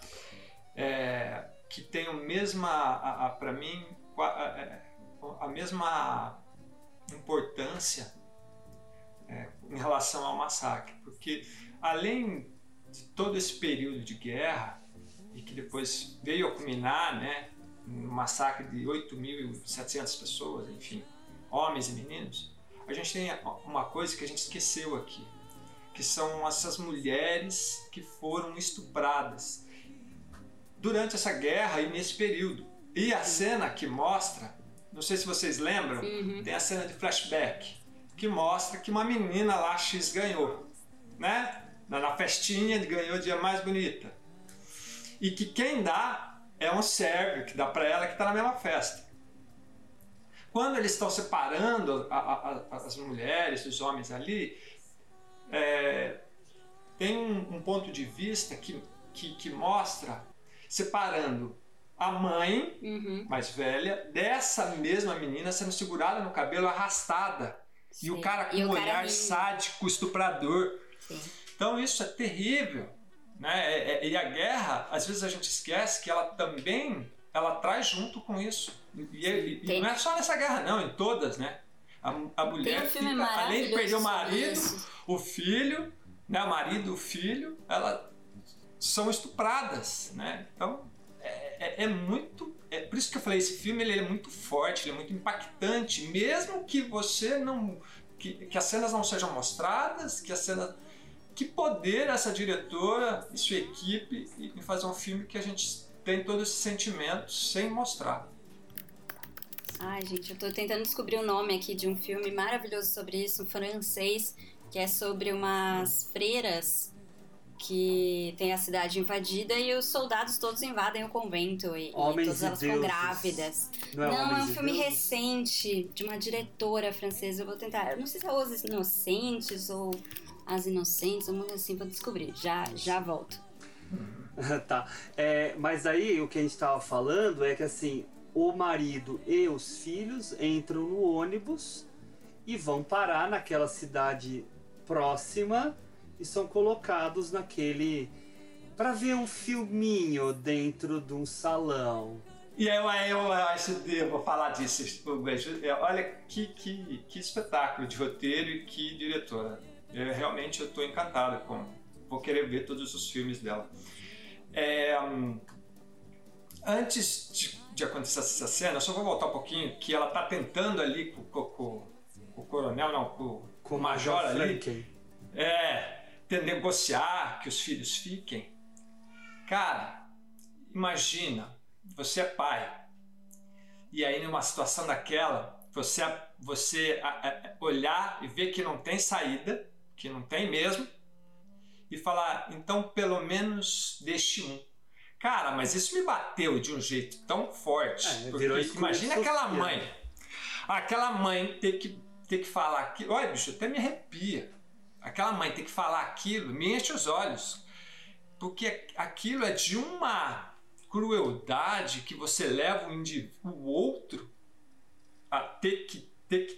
tem para mim, a mesma importância em relação ao massacre, porque além de todo esse período de guerra e que depois veio a culminar, né, no massacre de 8.700 pessoas, enfim, homens e meninos, a gente tem uma coisa que a gente esqueceu aqui, que são essas mulheres que foram estupradas durante essa guerra e nesse período. E a cena que mostra, não sei se vocês lembram, tem a cena de flashback, que mostra que uma menina lá X ganhou, né? Na festinha, ganhou o dia mais bonita. e que quem dá é um sérvio que dá para ela que está na mesma festa. Quando eles estão separando as mulheres dos homens ali, tem um ponto de vista que mostra separando a mãe mais velha dessa mesma menina sendo segurada no cabelo, arrastada. Sim. E o cara com um olhar sádico, estuprador. Sim. Então isso é terrível, né? E a guerra, às vezes a gente esquece que ela também traz junto com isso. E não é só nessa guerra não, em todas, né? A mulher fica, além de perder o marido, o filho, né? O marido, o filho, elas são estupradas, né? Então é muito... por isso que eu falei, esse filme ele é muito forte, ele é muito impactante, mesmo que você não... que as cenas não sejam mostradas, que poder essa diretora e sua equipe em fazer um filme que a gente tem todo esse sentimento sem mostrar. Ai, gente, eu tô tentando descobrir o nome aqui de um filme maravilhoso sobre isso, um francês, que é sobre umas freiras que tem a cidade invadida e os soldados todos invadem o convento e todas elas ficam grávidas. Não, é um filme recente de uma diretora francesa. Eu vou tentar, eu não sei se é Os Inocentes ou As Inocentes, uma coisa assim, vou descobrir. Já volto. Tá. Mas aí o que a gente tava falando é que assim, o marido e os filhos entram no ônibus e vão parar naquela cidade próxima e são colocados naquele... para ver um filminho dentro de um salão. E eu acho que eu vou falar disso. Olha que espetáculo de roteiro e que diretora. Realmente eu estou encantado vou querer ver todos os filmes dela. Antes de acontecer essa cena, eu só vou voltar um pouquinho, que ela tá tentando ali com o coronel, não, com o major ali. Negociar que os filhos fiquem. Cara, imagina, você é pai. E aí numa situação daquela, você olhar e ver que não tem saída, que não tem mesmo, e falar, então pelo menos deixe um. Cara, mas isso me bateu de um jeito tão forte. Porque imagina aquela mãe ter que falar aquilo. Olha, bicho, até me arrepia. Aquela mãe ter que falar aquilo, me enche os olhos. Porque aquilo é de uma crueldade que você leva o outro a ter que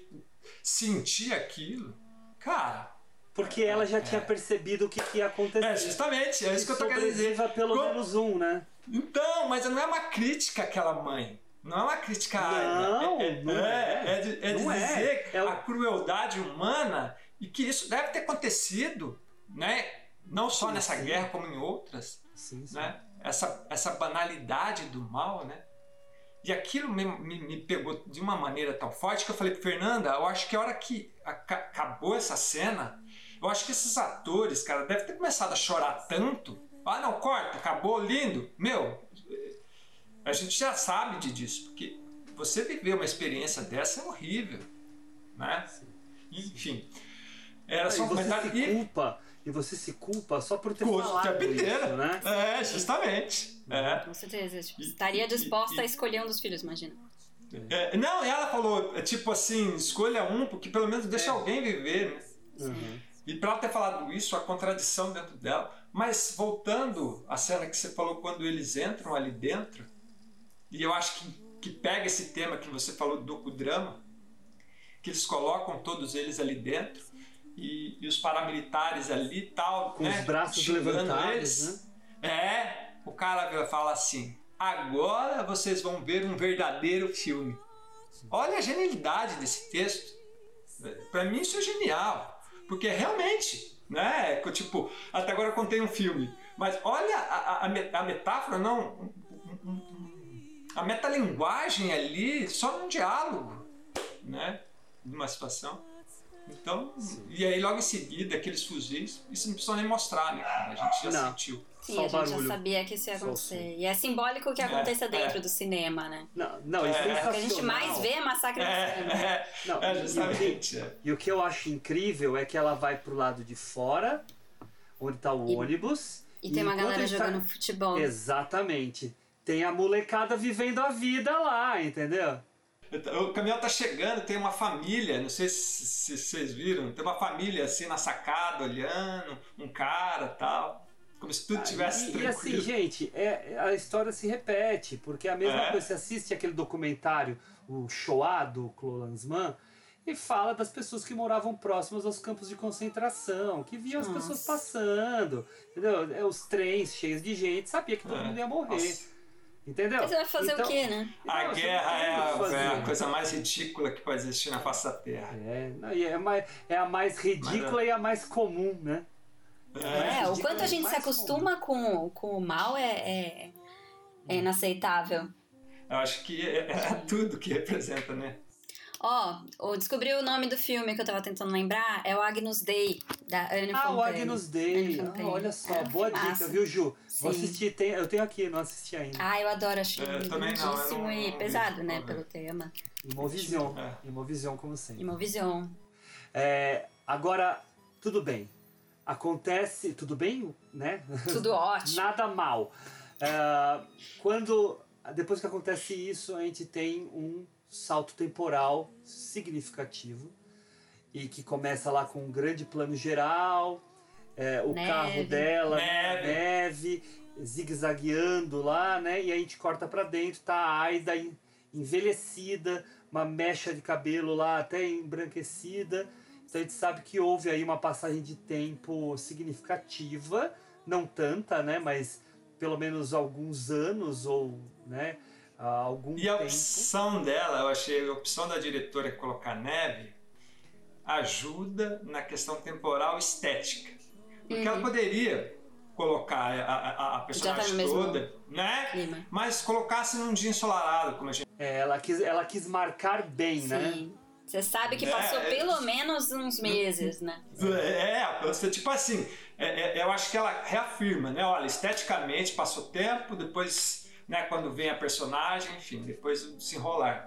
sentir aquilo. Cara... Porque ela já tinha percebido o que ia acontecer. Justamente, é isso que eu tô querendo dizer. Pelo menos um, né? Então, mas não é uma crítica àquela mãe. Não é uma crítica... Não é dizer a crueldade humana e que isso deve ter acontecido, né? Não só nessa guerra, como em outras. Sim. Né? Essa banalidade do mal, né? E aquilo me pegou de uma maneira tão forte que eu falei, Fernanda, eu acho que a hora que acabou essa cena, eu acho que esses atores, cara, devem ter começado a chorar tanto. Ah, não, corta, acabou, lindo. Meu, a gente já sabe disso, porque você viver uma experiência dessa é horrível, né? Enfim, era só um comentário. E você se culpa só por ter falado isso, né? Justamente. Com certeza. Tipo, estaria disposta a escolher um dos filhos, imagina. Não, ela falou, tipo assim, escolha um, porque pelo menos deixa alguém viver, né? E pra ela ter falado isso, a contradição dentro dela. Mas voltando à cena que você falou quando eles entram ali dentro, e eu acho que pega esse tema que você falou do docudrama, que eles colocam todos eles ali dentro, e os paramilitares ali e tal, com os braços levantados, né? O cara fala assim, agora vocês vão ver um verdadeiro filme. Olha a genialidade desse texto. Pra mim isso é genial, porque realmente, né? Tipo, até agora eu contei um filme, mas olha a metáfora, não, a metalinguagem ali, só num diálogo, né? De uma situação. Então, e aí logo em seguida, aqueles fuzis, isso não precisa nem mostrar, né? A gente já sentiu. Sim, a gente já sabia que isso ia acontecer. E é simbólico que aconteça dentro do cinema, né? Não, isso é o que a gente mais vê é massacre no cinema. Justamente. E o que eu acho incrível é que ela vai pro lado de fora, onde tá o ônibus, E tem uma galera jogando futebol. Exatamente. Tem a molecada vivendo a vida lá, entendeu? O caminhão tá chegando, tem uma família, não sei se vocês viram, tem uma família assim na sacada, olhando, um cara e tal, como se tudo tivesse tranquilo. E assim, gente, a história se repete, porque é a mesma coisa, você assiste aquele documentário, o Shoah, do Klansman, e fala das pessoas que moravam próximas aos campos de concentração, que viam as pessoas passando, entendeu? Os trens cheios de gente, sabia que todo mundo ia morrer. Nossa. Entendeu? Mas você vai fazer o quê, né? A guerra é a coisa mais ridícula que pode existir na face da Terra. É a mais ridícula e a mais comum, né? O quanto a gente se acostuma com o mal é inaceitável. Eu acho que é tudo que representa, né? Eu descobri o nome do filme que eu tava tentando lembrar, é o Agnus Dei, da Anne Fontaine. O Agnus Dei. Olha só, boa dica, viu, Ju? Sim. Vou assistir, eu tenho aqui, não assisti ainda. Eu adoro, acho lindíssimo e pesado, né, pelo tema. Imovision, como sempre. Imovision. Agora, tudo bem. Acontece, tudo bem, né? Tudo ótimo. Nada mal. Depois que acontece isso, a gente tem um salto temporal significativo e que começa lá com um grande plano geral, o carro dela, neve, zigue-zagueando lá, né? E a gente corta pra dentro, tá a Aida envelhecida, uma mecha de cabelo lá até embranquecida. Então a gente sabe que houve aí uma passagem de tempo significativa, não tanta, né? Mas pelo menos alguns anos ou, né? Algum tempo. E a opção dela, eu achei, a opção da diretora colocar neve ajuda na questão temporal estética. Porque ela poderia colocar a personagem toda, né? Clima. Mas colocasse num dia ensolarado, como a gente... Ela quis marcar bem, né? Sim. Você sabe que passou pelo menos uns meses, né? Tipo assim, eu acho que ela reafirma, né? Olha, esteticamente passou tempo, depois... Né, quando vem a personagem, enfim, depois o desenrolar.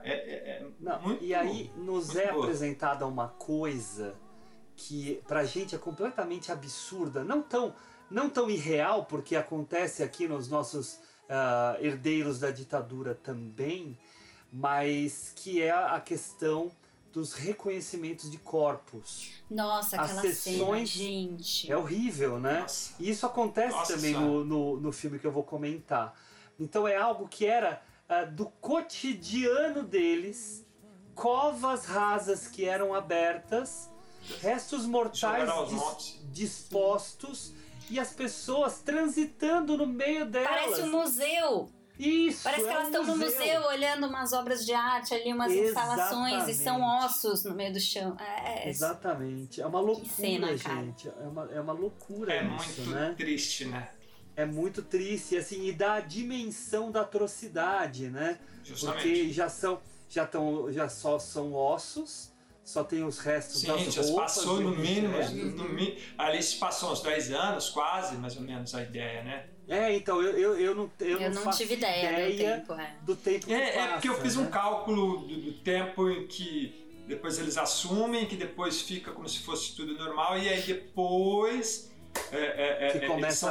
E aí nos apresentada uma coisa que pra gente é completamente absurda, não tão irreal, porque acontece aqui nos nossos herdeiros da ditadura também, mas que é a questão dos reconhecimentos de corpos. Nossa, aquela cena, gente. É horrível, né? Nossa. E isso acontece também no filme que eu vou comentar. Então é algo que era do cotidiano deles, covas rasas que eram abertas, restos mortais dispostos e as pessoas transitando no meio delas. Parece um museu! Isso, parece que elas estão no museu olhando umas obras de arte ali, umas instalações, e são ossos no meio do chão. Exatamente. É uma loucura, cena, gente. É uma loucura isso, muito né? Triste, né? É muito triste, assim, e dá a dimensão da atrocidade, né? Justamente. Porque já só são ossos, só tem os restos das roupas. Já passou no mínimo, ali se passou uns 10 anos, quase, mais ou menos a ideia, né? Então, eu não tive ideia do tempo que passa, porque eu fiz um cálculo do tempo em que depois eles assumem, que depois fica como se fosse tudo normal, e aí depois... que começa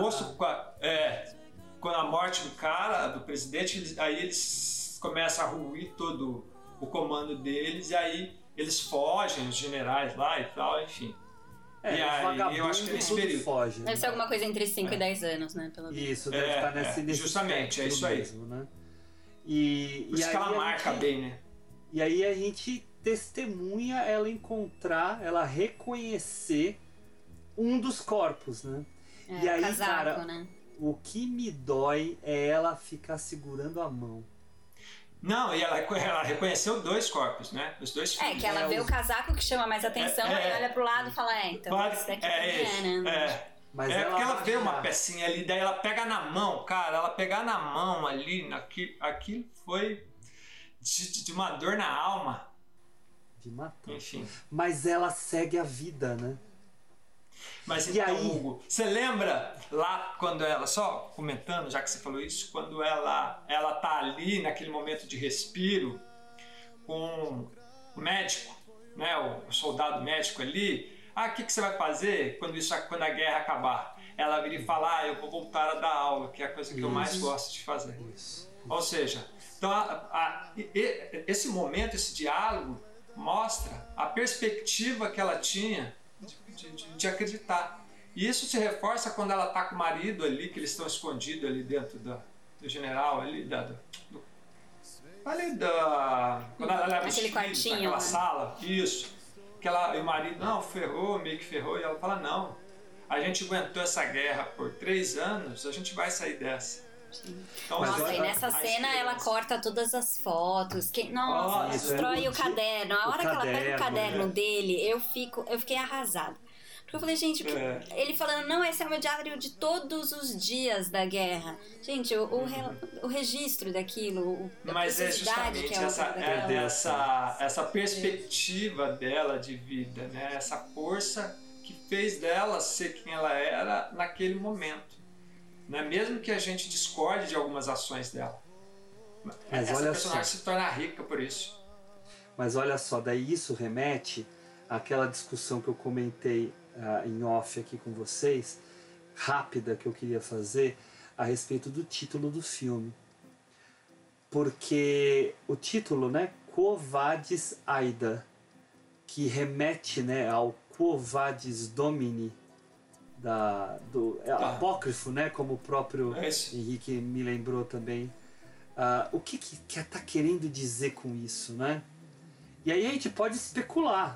com a morte do cara, do presidente, aí eles começam a ruir todo o comando deles, e aí eles fogem, os generais lá e tal, enfim. E aí eu acho que eles fogem. Deve ser alguma coisa entre 5 e 10 anos, né? Pelo menos. Isso, deve estar nesse justamente, é isso aí. Mesmo, né? Por isso que ela marca bem, né? E aí a gente testemunha ela reconhecer um dos corpos, né? E aí, casaco, cara, né? O que me dói é ela ficar segurando a mão. Não, e ela reconheceu 2 corpos, né? Os 2 filhos. Que ela vê o casaco que chama mais atenção, aí olha pro lado e fala, então esse daqui também né? Mas porque ela vê uma pecinha ali, daí ela pega na mão, cara, ela pegar na mão ali, aquilo foi de uma dor na alma. De matar. Enfim. Mas ela segue a vida, né? Mas então, Hugo, você lembra lá quando ela, só comentando, já que você falou isso, quando ela tá ali naquele momento de respiro com o médico, né, o soldado médico ali, o que você vai fazer quando a guerra acabar? ela vira e fala, eu vou voltar a dar aula, que é a coisa que eu mais gosto de fazer. Ou seja, então esse momento, esse diálogo, mostra a perspectiva que ela tinha de acreditar. E isso se reforça quando ela está com o marido ali, que eles estão escondidos ali dentro do general, ali quando ela leva os filhos naquela sala, isso, que e o marido, não, ferrou, meio que ferrou, e ela fala, não, a gente aguentou essa guerra por 3 anos, a gente vai sair dessa. Então, nossa, e nessa cena ela corta todas as fotos. Destrói o caderno. A hora que ela pega o caderno dele, eu fiquei arrasada. Porque eu falei, gente, ele falando, não, esse é o meu diário de todos os dias da guerra. Gente, o registro daquilo, a mas é justamente que é essa perspectiva dela de vida, né? Essa força que fez dela ser quem ela era naquele momento. Né? Mesmo que a gente discorde de algumas ações dela. Mas essa olha personagem só, se torna rica por isso. Mas olha só, daí isso remete àquela discussão que eu comentei em off aqui com vocês, rápida, que eu queria fazer a respeito do título do filme. Porque o título, né, Quo Vadis Aida, que remete, né, ao Quo Vadis Domini, apócrifo, né, como o próprio Henrique me lembrou também. O que está querendo dizer com isso, né? E aí a gente pode especular,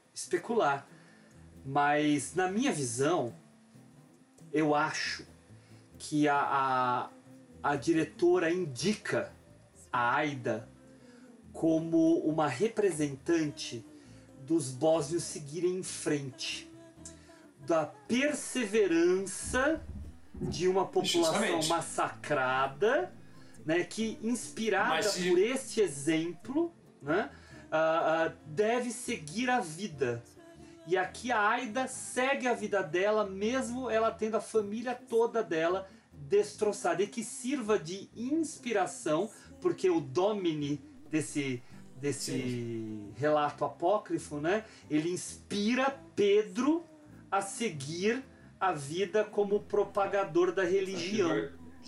mas na minha visão, eu acho que a diretora indica a Aida como uma representante dos bósnios seguirem em frente, da perseverança de uma população massacrada, né, que, inspirada por este exemplo, né, deve seguir a vida. E aqui a Aida segue a vida dela, mesmo ela tendo a família toda dela destroçada, e que sirva de inspiração, porque o Domini desse relato apócrifo, né, ele inspira Pedro a seguir a vida como propagador da religião.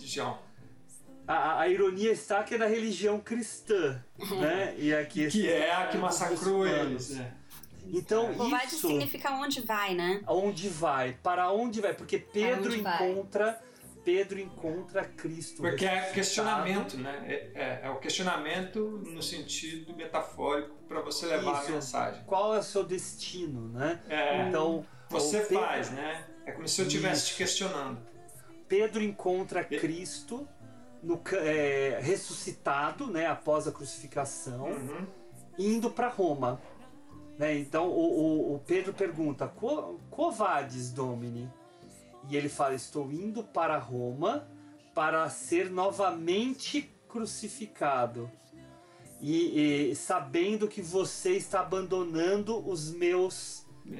A ironia está que é da religião cristã, né? E aqui que é a que massacrou eles, né? Então isso... Vai significa onde vai, né? Onde vai, para onde vai, porque Pedro encontra Cristo. Porque é questionamento, né? É o questionamento no sentido metafórico para você levar a mensagem. Qual é o seu destino, né? Então você faz, né? É como se eu estivesse te questionando. Pedro encontra Cristo ressuscitado, né, após a crucificação, indo para Roma. Né? Então o Pedro pergunta, Quo vadis, Domini? E ele fala, estou indo para Roma para ser novamente crucificado. E sabendo que você está abandonando os meus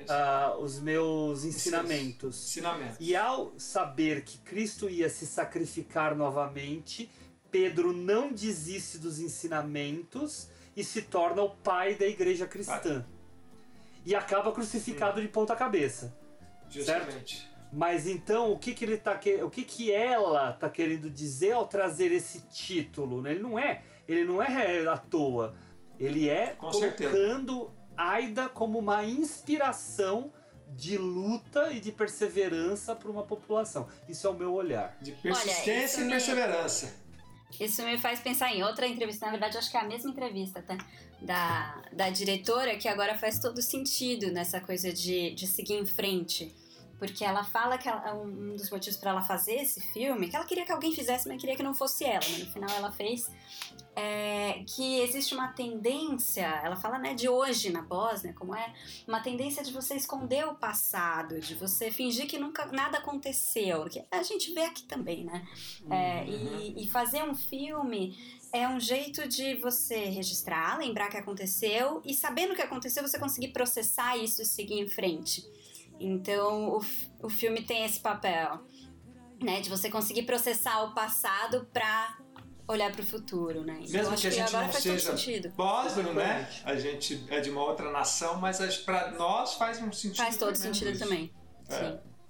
ensinamentos. E ao saber que Cristo ia se sacrificar novamente, Pedro não desiste dos ensinamentos e se torna o pai da igreja cristã. E acaba crucificado de ponta cabeça. Justamente. Certo? Mas então, o que ela está querendo dizer ao trazer esse título? Né? Ele não é à toa. Ele é colocando Aida como uma inspiração de luta e de perseverança para uma população. Isso é o meu olhar. De persistência e perseverança. Isso me faz pensar em outra entrevista. Na verdade, acho que é a mesma entrevista, tá? Da diretora, que agora faz todo sentido nessa coisa de seguir em frente. Porque ela fala que um dos motivos para ela fazer esse filme, que ela queria que alguém fizesse, mas queria que não fosse ela. Mas no final ela fez. Que existe uma tendência, ela fala, né, de hoje na Bósnia, como é uma tendência de você esconder o passado, de você fingir que nunca nada aconteceu, que a gente vê aqui também, né? E fazer um filme é um jeito de você registrar, lembrar que aconteceu, e sabendo o que aconteceu, você conseguir processar isso e seguir em frente. Então o filme tem esse papel, né, de você conseguir processar o passado pra olhar para o futuro, né? Então, mesmo acho que a gente agora não faz seja todo sentido. bósnio, né? A gente é de uma outra nação, mas para nós faz um sentido. Faz todo sentido também. Sim.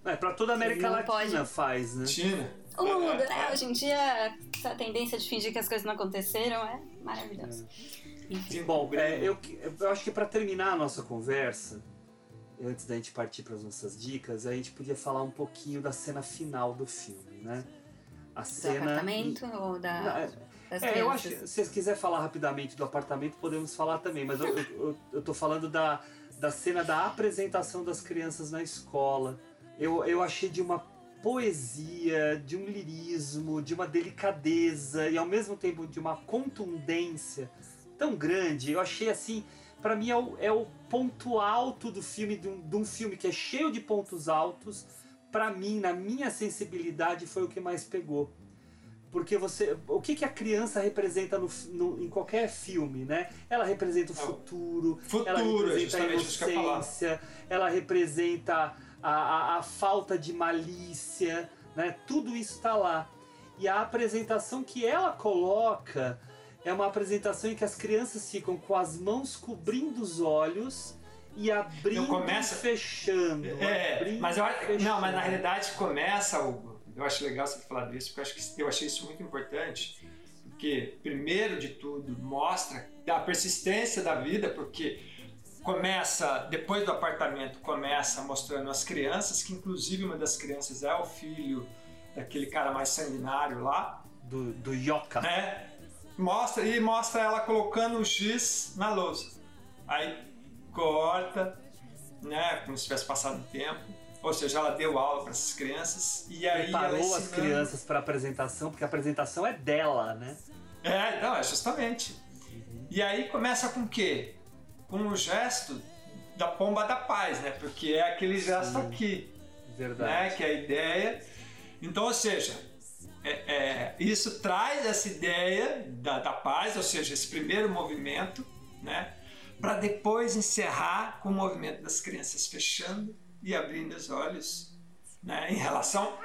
Para toda a América Não Latina pode. faz, né? China. O mundo, né? Hoje em dia, essa tendência de fingir que as coisas não aconteceram é maravilhosa. Enfim. Bom, eu acho que para terminar a nossa conversa, antes da gente partir para as nossas dicas, a gente podia falar um pouquinho da cena final do filme, né? A Do cena... apartamento ou das crianças? Eu acho que se vocês quiserem falar rapidamente do apartamento, podemos falar também, mas eu tô falando da cena da apresentação das crianças na escola. Eu achei de uma poesia, de um lirismo, de uma delicadeza e ao mesmo tempo de uma contundência tão grande. Eu achei assim, pra mim é o ponto alto do filme, de um filme que é cheio de pontos altos. Pra mim, na minha sensibilidade, foi o que mais pegou. Porque o que a criança representa em qualquer filme, né? Ela representa o futuro, ela representa a inocência, ela representa a falta de malícia, né? Tudo isso está lá. E a apresentação que ela coloca é uma apresentação em que as crianças ficam com as mãos cobrindo os olhos e abrindo e fechando. Mas na realidade começa, Hugo. Eu acho legal você ter falado isso, porque eu achei isso muito importante. Porque, primeiro de tudo, mostra a persistência da vida, porque começa, depois do apartamento, começa mostrando as crianças, que inclusive uma das crianças é o filho daquele cara mais sanguinário lá. Do Yoka. Né? Mostra ela colocando o giz na louça. Aí corta, né, como se tivesse passado tempo. Ou seja, ela deu aula para essas crianças e aí preparou as crianças para a apresentação, porque a apresentação é dela, né? Então, justamente. E aí começa com o quê? Com o gesto da pomba da paz, né? Porque é aquele gesto aqui. Verdade. Né? Que é a ideia. Então, ou seja, isso traz essa ideia da paz, ou seja, esse primeiro movimento, né? Para depois encerrar com o movimento das crianças fechando e abrindo os olhos, né, em relação...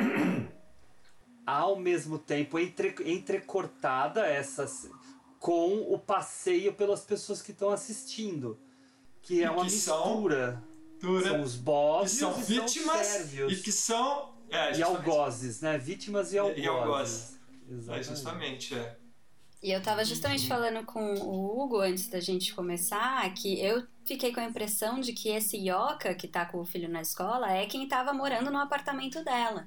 Ao mesmo tempo, entrecortada com o passeio pelas pessoas que estão assistindo, que é uma mistura. São os bósnios que são vítimas são sérvios. E que são... e algozes, né? Vítimas e algozes. Exatamente. Justamente, E eu tava justamente falando com o Hugo antes da gente começar que eu fiquei com a impressão de que esse Yoka que tá com o filho na escola é quem tava morando no apartamento dela.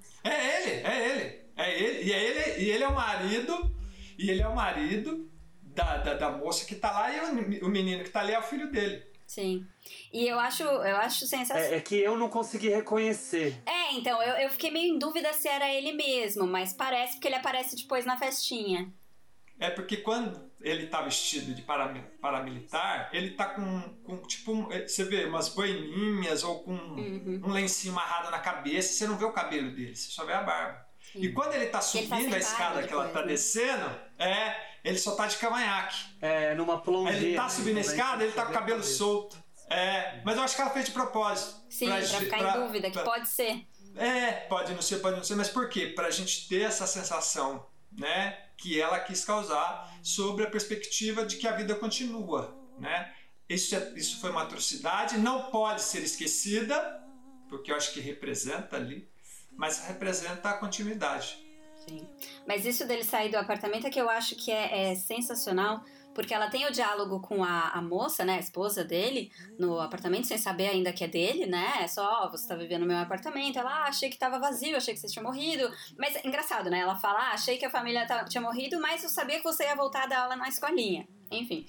É ele. E ele é o marido. E ele é o marido da moça que tá lá, e o menino que tá ali é o filho dele. Sim. E eu acho sensacional. É que eu não consegui reconhecer. Então, eu fiquei meio em dúvida se era ele mesmo, mas parece, porque ele aparece depois na festinha. É porque quando ele tá vestido de paramilitar, ele tá com tipo, você vê, umas boininhas ou com um lencinho amarrado na cabeça, você não vê o cabelo dele, você só vê a barba. Sim. E quando ele tá subindo a escada depois, que ela tá descendo, ele só tá de cavanhaque. Numa plongeira. Ele tá subindo a escada, ele tá com o cabelo solto. Mas eu acho que ela fez de propósito. Sim, pra ficar em dúvida, que pode ser. Pode não ser, mas por quê? Pra gente ter essa sensação, né, que ela quis causar sobre a perspectiva de que a vida continua, né? Isso foi uma atrocidade, não pode ser esquecida, porque eu acho que representa ali, mas representa a continuidade. Sim. Mas isso dele sair do apartamento é que eu acho que é sensacional, porque ela tem o diálogo com a moça, né, a esposa dele, no apartamento, sem saber ainda que é dele, né, é só, você tá vivendo no meu apartamento, ela, achei que tava vazio, achei que você tinha morrido, mas é engraçado, né, ela fala, achei que a família tinha morrido, mas eu sabia que você ia voltar a dar aula na escolinha, enfim.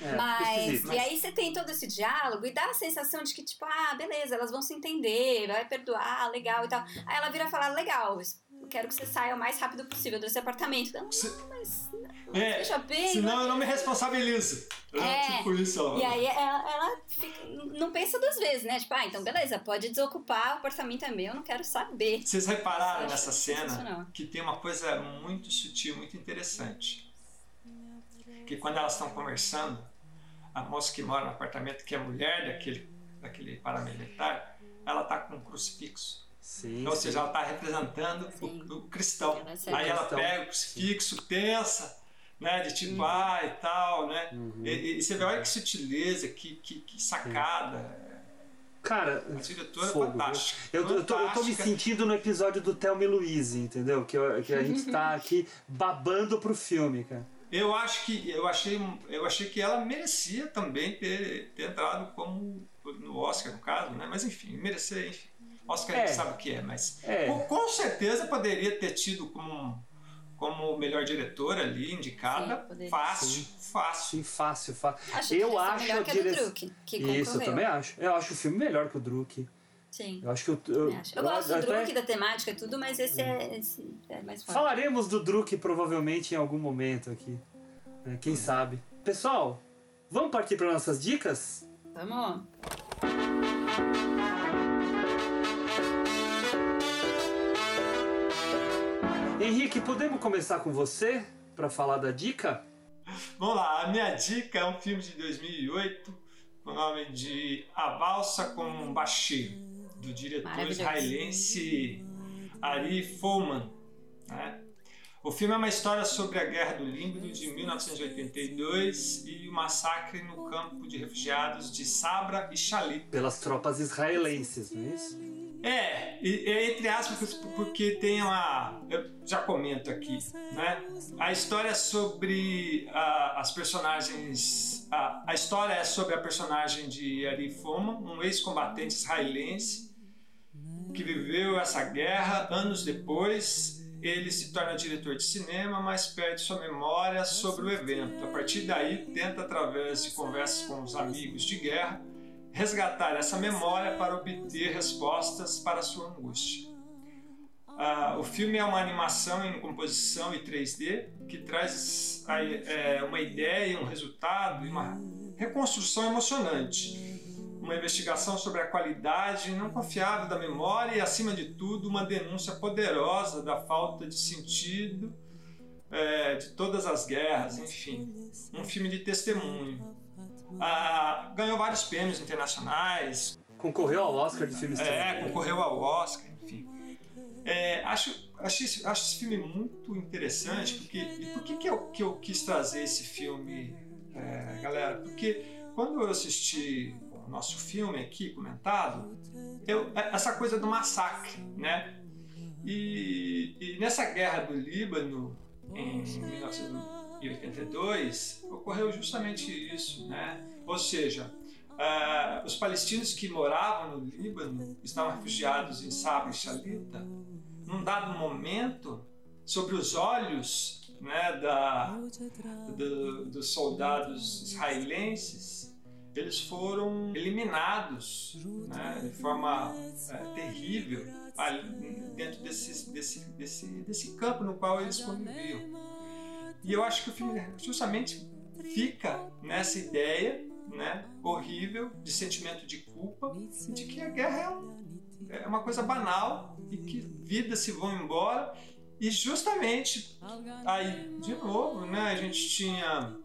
Mas e aí você tem todo esse diálogo e dá a sensação de que, tipo, beleza, elas vão se entender, vai perdoar, legal e tal. Aí ela vira falar, legal, eu quero que você saia o mais rápido possível desse apartamento. Não, mas veja bem. Senão eu não me responsabilizo. Tipo isso. E aí ela não pensa duas vezes, né? Tipo, então beleza, pode desocupar, o apartamento é meu, eu não quero saber. Vocês repararam nessa cena que tem uma coisa muito sutil, muito interessante. Que quando elas estão conversando, a moça que mora no apartamento, que é mulher daquele paramilitar, ela tá com um crucifixo. Sim, ou seja, ela está representando o cristão. Aí ela pega o crucifixo, pensa, né, de tipo, e tal, né? E você vê, olha que sutileza, que sacada. Cara, a diretora fogo, fantástica. Eu tô me sentindo no episódio do Thelma e Louise, entendeu? Que a gente tá aqui babando pro filme, cara. Eu achei que ela merecia também ter entrado como no Oscar, no caso, né? Mas enfim, merecer, enfim. Oscar a gente sabe o que é, mas com certeza poderia ter tido como melhor diretora ali, indicada. Sim, fácil. Fácil. Acho Eu que acho melhor que a do Druk, que concorreu. Isso, eu também acho. Eu acho o filme melhor que o Druk. Sim. Eu acho que eu gosto do Druk, da temática e tudo, mas esse é mais forte. Falaremos do Druk provavelmente em algum momento aqui. Quem sabe. Pessoal, vamos partir para nossas dicas? Vamos. Henrique, podemos começar com você para falar da dica? Vamos lá, a minha dica é um filme de 2008 com o nome de A Valsa com Bashir, do diretor israelense Ari Folman, né? O filme é uma história sobre a Guerra do Líbano de 1982 e o massacre no campo de refugiados de Sabra e Shalit. Pelas tropas israelenses, não é isso? Entre aspas, porque tem eu já comento aqui, né? A história é sobre as personagens. A história é sobre a personagem de Ari Folman, um ex-combatente israelense que viveu essa guerra. Anos depois, ele se torna diretor de cinema, mas perde sua memória sobre o evento. A partir daí, tenta, através de conversas com os amigos de guerra, resgatar essa memória para obter respostas para a sua angústia. O filme é uma animação em composição e 3D que traz uma ideia, um resultado e uma reconstrução emocionante. Uma investigação sobre a qualidade não confiável da memória e, acima de tudo, uma denúncia poderosa da falta de sentido de todas as guerras, enfim. Um filme de testemunho. Ganhou vários prêmios internacionais. Concorreu ao Oscar de filme estrangeiro. Concorreu ao Oscar, enfim. Acho esse filme muito interessante, porque por que eu quis trazer esse filme, galera? Porque quando eu assisti o nosso filme aqui comentado, essa coisa do massacre, né? E nessa guerra do Líbano, em 1982, ocorreu justamente isso, né? Ou seja, os palestinos que moravam no Líbano estavam refugiados em Sabra e Shalita. Num dado momento, sobre os olhos, né, dos soldados israelenses, eles foram eliminados, né, de forma terrível dentro desse campo no qual eles conviviam. E eu acho que o filme justamente fica nessa ideia, né, horrível, de sentimento de culpa, de que a guerra é uma coisa banal e que vidas se vão embora. E justamente aí, de novo, né, a gente tinha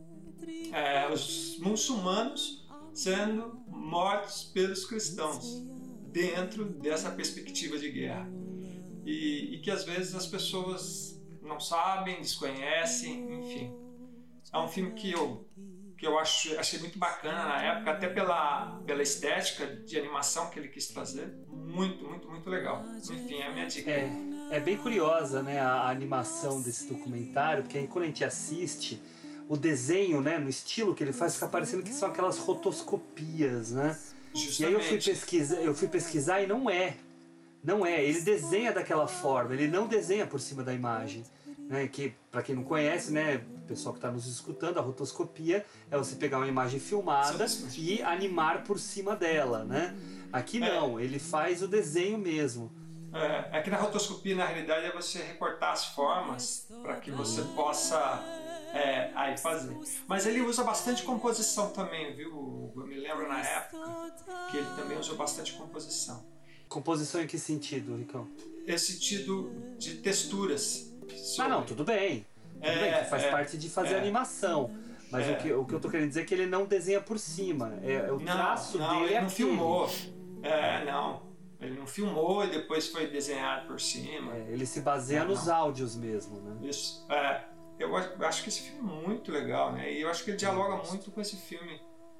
os muçulmanos sendo mortos pelos cristãos dentro dessa perspectiva de guerra. E que às vezes as pessoas não sabem, desconhecem, enfim. É um filme que eu achei muito bacana na época, até pela estética de animação que ele quis trazer. Muito, muito, muito legal. Enfim, é a minha dica. É bem curiosa, né, a animação desse documentário, porque aí quando a gente assiste, o desenho, né, no estilo que ele faz, fica parecendo que são aquelas rotoscopias, né? Justamente. E aí eu fui pesquisar e não é. Não é. Ele desenha daquela forma, ele não desenha por cima da imagem. Né, que, para quem não conhece, né, o pessoal que está nos escutando, a rotoscopia é você pegar uma imagem filmada e animar por cima dela, né? Aqui não, ele faz o desenho mesmo. Aqui na rotoscopia, na realidade, é você recortar as formas para que você possa aí fazer. Mas ele usa bastante composição também, viu? Eu me lembro na época que ele também usou bastante composição. Composição em que sentido, Ricão? Esse sentido de texturas. Não, tudo bem. Que faz parte de fazer animação. Mas o que eu tô querendo dizer é que ele não desenha por cima. O traço dele ele é não aquele. filmou. Ele não filmou e depois foi desenhado por cima. Ele se baseia nos áudios mesmo, né? Isso. Eu acho que esse filme é muito legal, né? E eu acho que ele dialoga muito com esse filme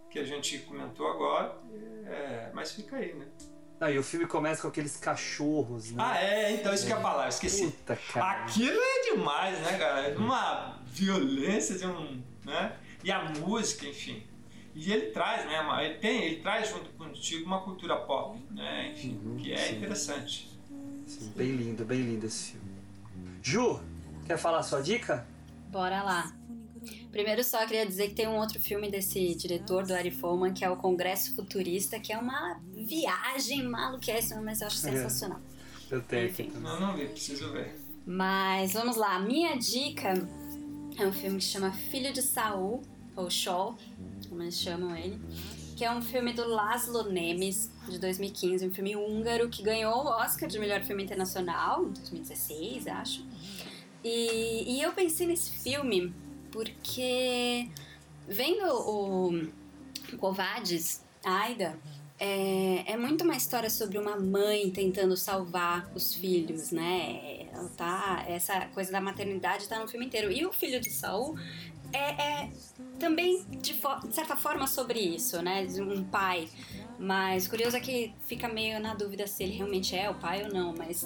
que a gente comentou agora, mas fica aí, né? E o filme começa com aqueles cachorros, né? Então isso que eu ia falar, eu esqueci. Puta, cara. Aquilo é demais, né, cara? Uma violência, né? E a música, enfim. E ele traz, né? Ele traz junto contigo uma cultura pop, né? Enfim, que é interessante. Sim, bem lindo esse filme. Ju, quer falar a sua dica? Bora lá. Primeiro só queria dizer que tem um outro filme desse diretor, do Ari Folman, que é o Congresso Futurista, que é uma viagem maluquíssima, mas eu acho sensacional. Eu tenho. Enfim. Não vi, preciso ver. Mas vamos lá, minha dica é um filme que se chama Filho de Saul, ou Shaul, como eles chamam ele, que é um filme do Laszlo Nemes, de 2015, um filme húngaro que ganhou o Oscar de melhor filme internacional, em 2016, acho. E eu pensei nesse filme porque, vendo o Quo Vadis, Aida, é muito uma história sobre uma mãe tentando salvar os filhos, né? Essa coisa da maternidade tá no filme inteiro. E o Filho de Saul também, de certa forma, sobre isso, né? De um pai. Mas curioso é que fica meio na dúvida se ele realmente é o pai ou não, mas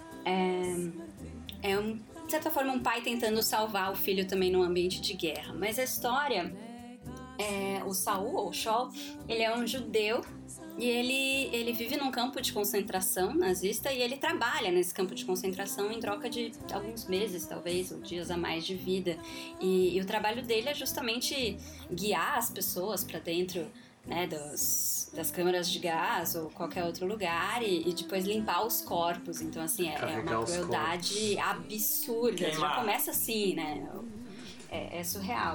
de certa forma, um pai tentando salvar o filho também num ambiente de guerra. Mas a história, o Saul, ou Shaul, ele é um judeu e ele vive num campo de concentração nazista e ele trabalha nesse campo de concentração em troca de alguns meses, talvez, ou dias a mais de vida. E o trabalho dele é justamente guiar as pessoas para dentro, né, das câmaras de gás ou qualquer outro lugar e depois limpar os corpos. Então, assim, é uma crueldade absurda. Já começa assim, né? É surreal.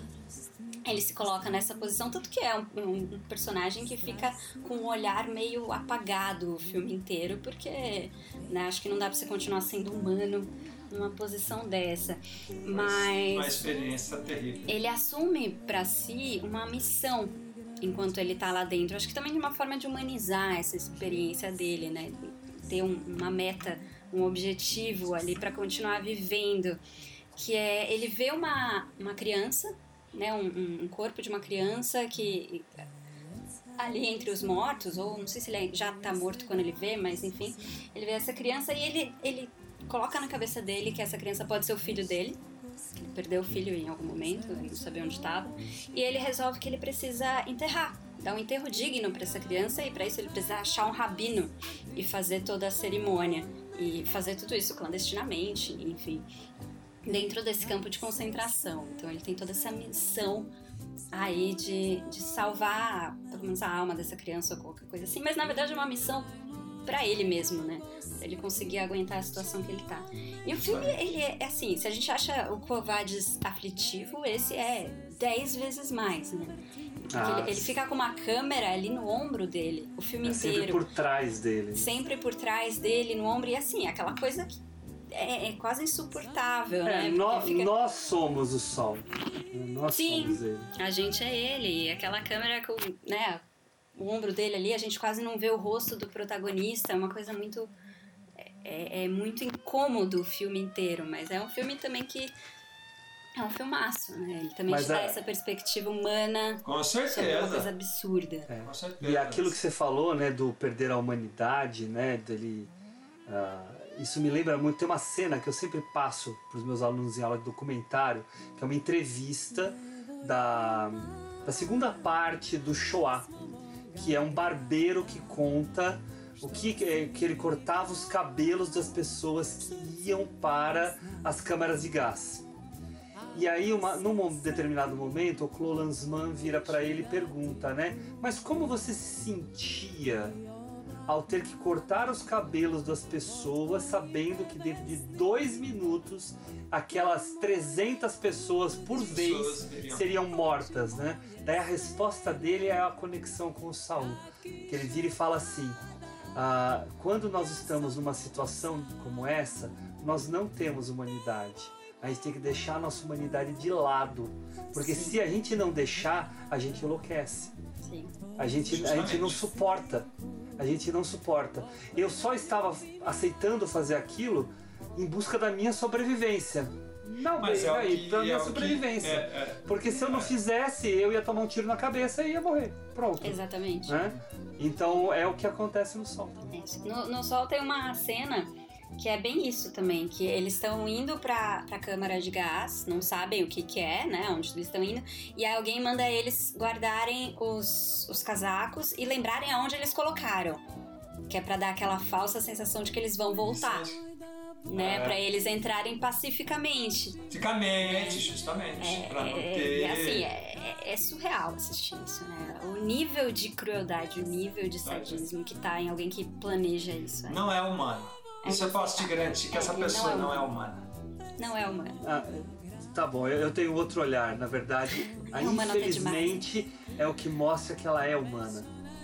Ele se coloca nessa posição, tanto que é um personagem que fica com um olhar meio apagado o filme inteiro, porque, né, acho que não dá pra você continuar sendo humano numa posição dessa. Mas uma experiência terrível. Ele assume pra si uma missão enquanto ele tá lá dentro. Acho que também de uma forma de humanizar essa experiência dele, né? Ter uma meta, um objetivo ali pra continuar vivendo. Que é, ele vê uma criança, né? Um corpo de uma criança que ali entre os mortos, ou não sei se ele já tá morto quando ele vê, mas enfim, ele vê essa criança e ele coloca na cabeça dele que essa criança pode ser o filho dele. Ele perdeu o filho em algum momento, ele não sabia onde estava, e ele resolve que ele precisa enterrar, dar um enterro digno para essa criança, e para isso ele precisa achar um rabino e fazer toda a cerimônia e fazer tudo isso clandestinamente, enfim, dentro desse campo de concentração. Então ele tem toda essa missão aí de salvar pelo menos a alma dessa criança ou qualquer coisa assim, mas na verdade é uma missão pra ele mesmo, né? Pra ele conseguir aguentar a situação que ele tá. E o filme, ele é assim, se a gente acha o Quo Vadis aflitivo, esse é 10 vezes mais, né? Porque ele fica com uma câmera ali no ombro dele, o filme inteiro. Sempre por trás dele. Sempre por trás dele, no ombro, e assim, aquela coisa que é quase insuportável, né? Nós somos o sol. Nós somos ele. A gente é ele, e aquela câmera com, né, o ombro dele ali, a gente quase não vê o rosto do protagonista, é uma coisa muito... É muito incômodo o filme inteiro, mas é um filme também que... É um filmaço, né? Ele também te dá essa perspectiva humana. Com certeza. Sobre uma coisa absurda. Com certeza. E aquilo que você falou, né, do perder a humanidade, né, dele... isso me lembra muito, tem uma cena que eu sempre passo para os meus alunos em aula de documentário, que é uma entrevista da segunda parte do Shoah, que é um barbeiro que conta que ele cortava os cabelos das pessoas que iam para as câmaras de gás. E aí, num determinado momento, o Claude Lanzmann vira para ele e pergunta, né? Mas como você se sentia ao ter que cortar os cabelos das pessoas, sabendo que dentro de 2 minutos aquelas 300 pessoas por vez seriam mortas, né? Daí a resposta dele é a conexão com o Saul, que ele vira e fala assim: quando nós estamos numa situação como essa, nós não temos humanidade. A gente tem que deixar a nossa humanidade de lado, porque se a gente não deixar, a gente enlouquece. Sim. A gente não suporta. A gente não suporta. Eu só estava aceitando fazer aquilo em busca da minha sobrevivência. Não, Mas bem, é o aí, que- pra minha é o que- sobrevivência. Porque se eu não fizesse, eu ia tomar um tiro na cabeça e ia morrer. Pronto. Exatamente. Né? Então é o que acontece no sol. No Sol tem uma cena que é bem isso também, que eles estão indo pra câmara de gás, não sabem o que é, né, onde eles estão indo, e aí alguém manda eles guardarem os casacos e lembrarem aonde eles colocaram, que é pra dar aquela falsa sensação de que eles vão voltar, né, pra eles entrarem pacificamente. Pacificamente, justamente. Pra não ter... E assim, é surreal assistir isso, né? O nível de crueldade, o nível de sadismo que tá em alguém que planeja isso. Né? Não é humano. Isso eu posso te garantir que essa pessoa não é humana. Não é humano. Tá bom, eu tenho outro olhar. Na verdade, infelizmente é o que mostra que ela é humana.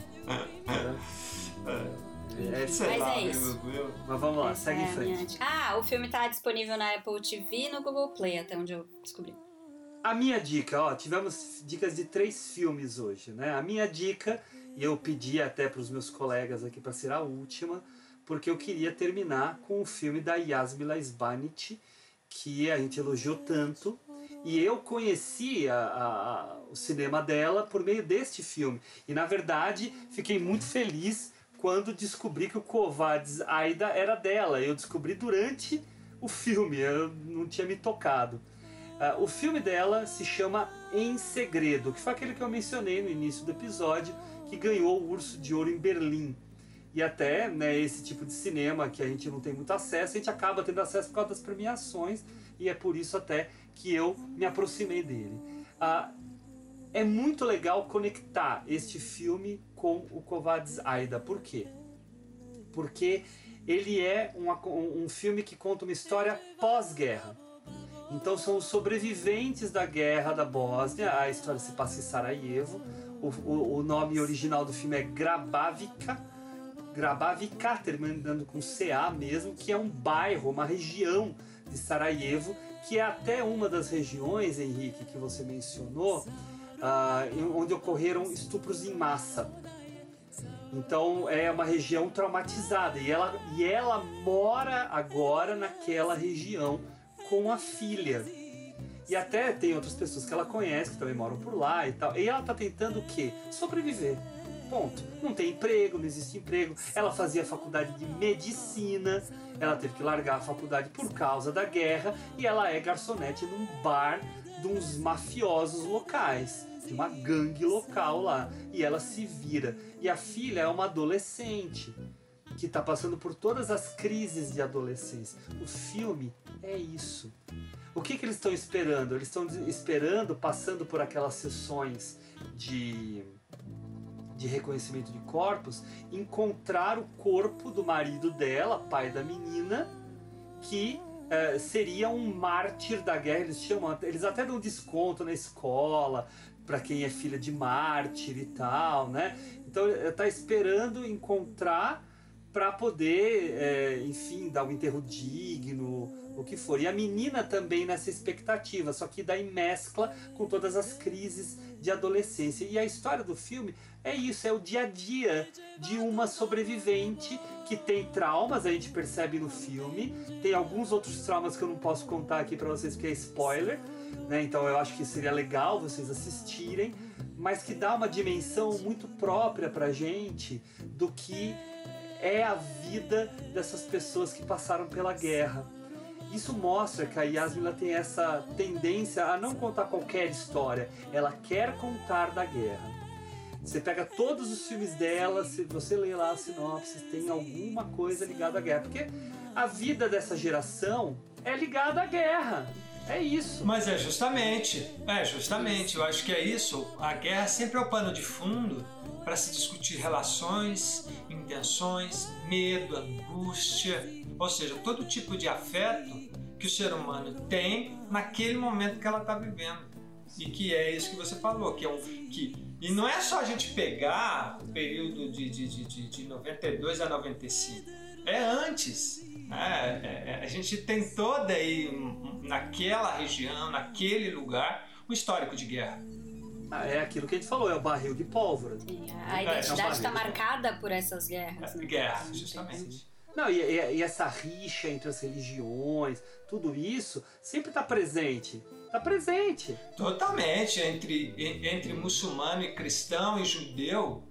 Sei lá, é isso. Mas vamos lá, segue em frente. O filme tá disponível na Apple TV e no Google Play, até onde eu descobri. A minha dica, tivemos dicas de 3 filmes hoje, né? A minha dica, e eu pedi até para os meus colegas aqui para ser a última, porque eu queria terminar com o filme da Yasmila Sbanic, que a gente elogiou tanto, e eu conheci o cinema dela por meio deste filme. E na verdade, fiquei muito feliz quando descobri que o Quo-Vadis Aida era dela. Eu descobri durante o filme, eu não tinha me tocado. O filme dela se chama Em Segredo, que foi aquele que eu mencionei no início do episódio, que ganhou o Urso de Ouro em Berlim. E até, né, esse tipo de cinema que a gente não tem muito acesso, a gente acaba tendo acesso por causa das premiações, e é por isso até que eu me aproximei dele. É muito legal conectar este filme com o Quo-Vadis Aida. Por quê? Porque ele é um filme que conta uma história pós-guerra. Então são os sobreviventes da guerra da Bósnia, a história se passa em Sarajevo, o nome original do filme é Grabavika, terminando com CA mesmo, que é um bairro, uma região de Sarajevo, que é até uma das regiões, Henrique, que você mencionou, onde ocorreram estupros em massa. Então é uma região traumatizada e ela mora agora naquela região com a filha. E até tem outras pessoas que ela conhece que também moram por lá e tal. E ela tá tentando o quê? Sobreviver. Ponto. Não tem emprego, não existe emprego. Ela fazia faculdade de medicina, ela teve que largar a faculdade por causa da guerra, e ela é garçonete num bar de uns mafiosos locais, de uma gangue local lá. E ela se vira. E a filha é uma adolescente que está passando por todas as crises de adolescência. O filme é isso. O que eles estão esperando? Eles estão esperando, passando por aquelas sessões de reconhecimento de corpos, encontrar o corpo do marido dela, pai da menina, que seria um mártir da guerra. Eles até dão desconto na escola para quem é filha de mártir e tal, né? Então está esperando encontrar para poder, enfim, dar um enterro digno, o que for. E a menina também nessa expectativa, só que daí mescla com todas as crises de adolescência. E a história do filme é isso, é o dia a dia de uma sobrevivente que tem traumas, a gente percebe no filme. Tem alguns outros traumas que eu não posso contar aqui para vocês, porque é spoiler, né? Então eu acho que seria legal vocês assistirem, mas que dá uma dimensão muito própria pra gente do que é a vida dessas pessoas que passaram pela guerra. Isso mostra que a Yasmila tem essa tendência a não contar qualquer história, ela quer contar da guerra. Você pega todos os filmes dela, se você lê lá a sinopse, tem alguma coisa ligada à guerra, porque a vida dessa geração é ligada à guerra. É isso. Mas justamente, eu acho que é isso. A guerra sempre é o pano de fundo para se discutir relações, intenções, medo, angústia, ou seja, todo tipo de afeto que o ser humano tem naquele momento que ela está vivendo. E que é isso que você falou, e não é só a gente pegar o período de 92 a 95, é antes. A gente tem toda aí, naquela região, naquele lugar, um histórico de guerra. É aquilo que a gente falou, é o barril de pólvora. A identidade está marcada por essas guerras. Né? Guerra, justamente. Não, e essa rixa entre as religiões, tudo isso sempre está presente. Está presente. Totalmente. Entre muçulmano e cristão e judeu,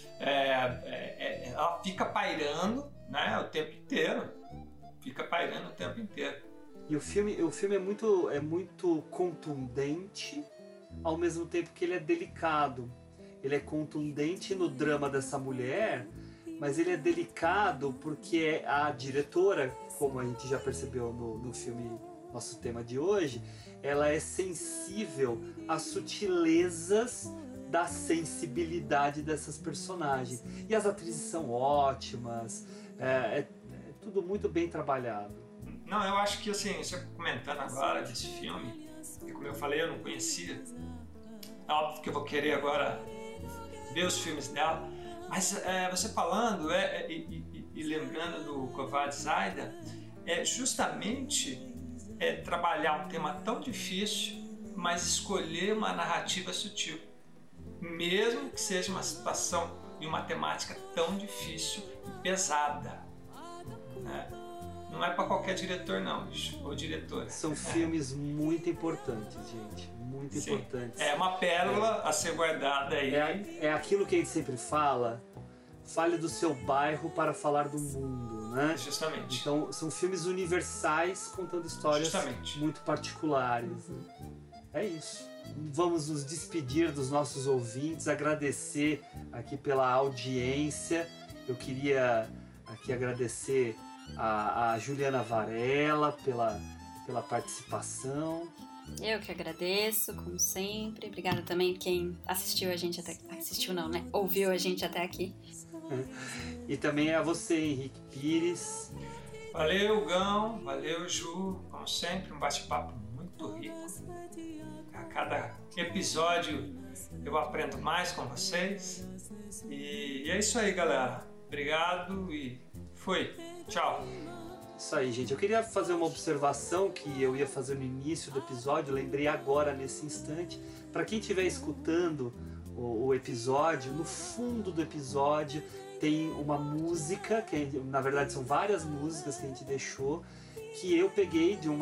ela fica pairando, né, o tempo inteiro. Fica pairando o tempo inteiro. E o filme é muito contundente, ao mesmo tempo que ele é delicado. Ele é contundente no drama dessa mulher, mas ele é delicado porque a diretora, como a gente já percebeu no filme, nosso tema de hoje, ela é sensível às sutilezas da sensibilidade dessas personagens. E as atrizes são ótimas, é tudo muito bem trabalhado. Não, eu acho que assim, você comentando agora desse filme, e como eu falei, eu não conhecia. É óbvio que eu vou querer agora ver os filmes dela, mas você falando e lembrando do Covarde Zaida, justamente trabalhar um tema tão difícil, mas escolher uma narrativa sutil, mesmo que seja uma situação e uma temática tão difícil e pesada, né? Não é para qualquer diretor não, ou diretora. São filmes muito importantes, gente. Muito importantes. É uma pérola a ser guardada aí. É aquilo que a gente sempre fala. Fale do seu bairro para falar do mundo, né? Justamente. Então, são filmes universais contando histórias muito particulares. Né? É isso. Vamos nos despedir dos nossos ouvintes, agradecer aqui pela audiência. Eu queria aqui agradecer a Juliana Varela pela participação. Eu que agradeço, como sempre. Obrigada também quem assistiu a gente até... Assistiu não, né? Ouviu a gente até aqui. E também a você, Henrique Pires. Valeu, Gão. Valeu, Ju. Como sempre, um bate-papo muito rico. A cada episódio eu aprendo mais com vocês. E é isso aí, galera. Obrigado e fui. Tchau. Isso aí, gente. Eu queria fazer uma observação que eu ia fazer no início do episódio, lembrei agora, nesse instante. Para quem estiver escutando o episódio, no fundo do episódio tem uma música, que na verdade são várias músicas que a gente deixou, que eu peguei de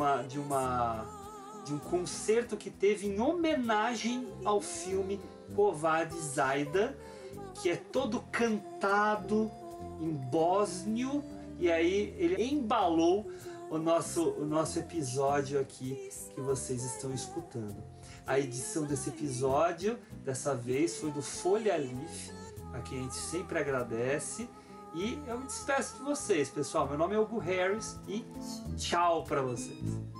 um concerto que teve em homenagem ao filme Covarde Zaida, que é todo cantado em bósnio. E aí ele embalou o nosso episódio aqui que vocês estão escutando. A edição desse episódio, dessa vez, foi do Folha Leaf, a quem a gente sempre agradece. E eu me despeço de vocês, pessoal. Meu nome é Hugo Harris e tchau pra vocês.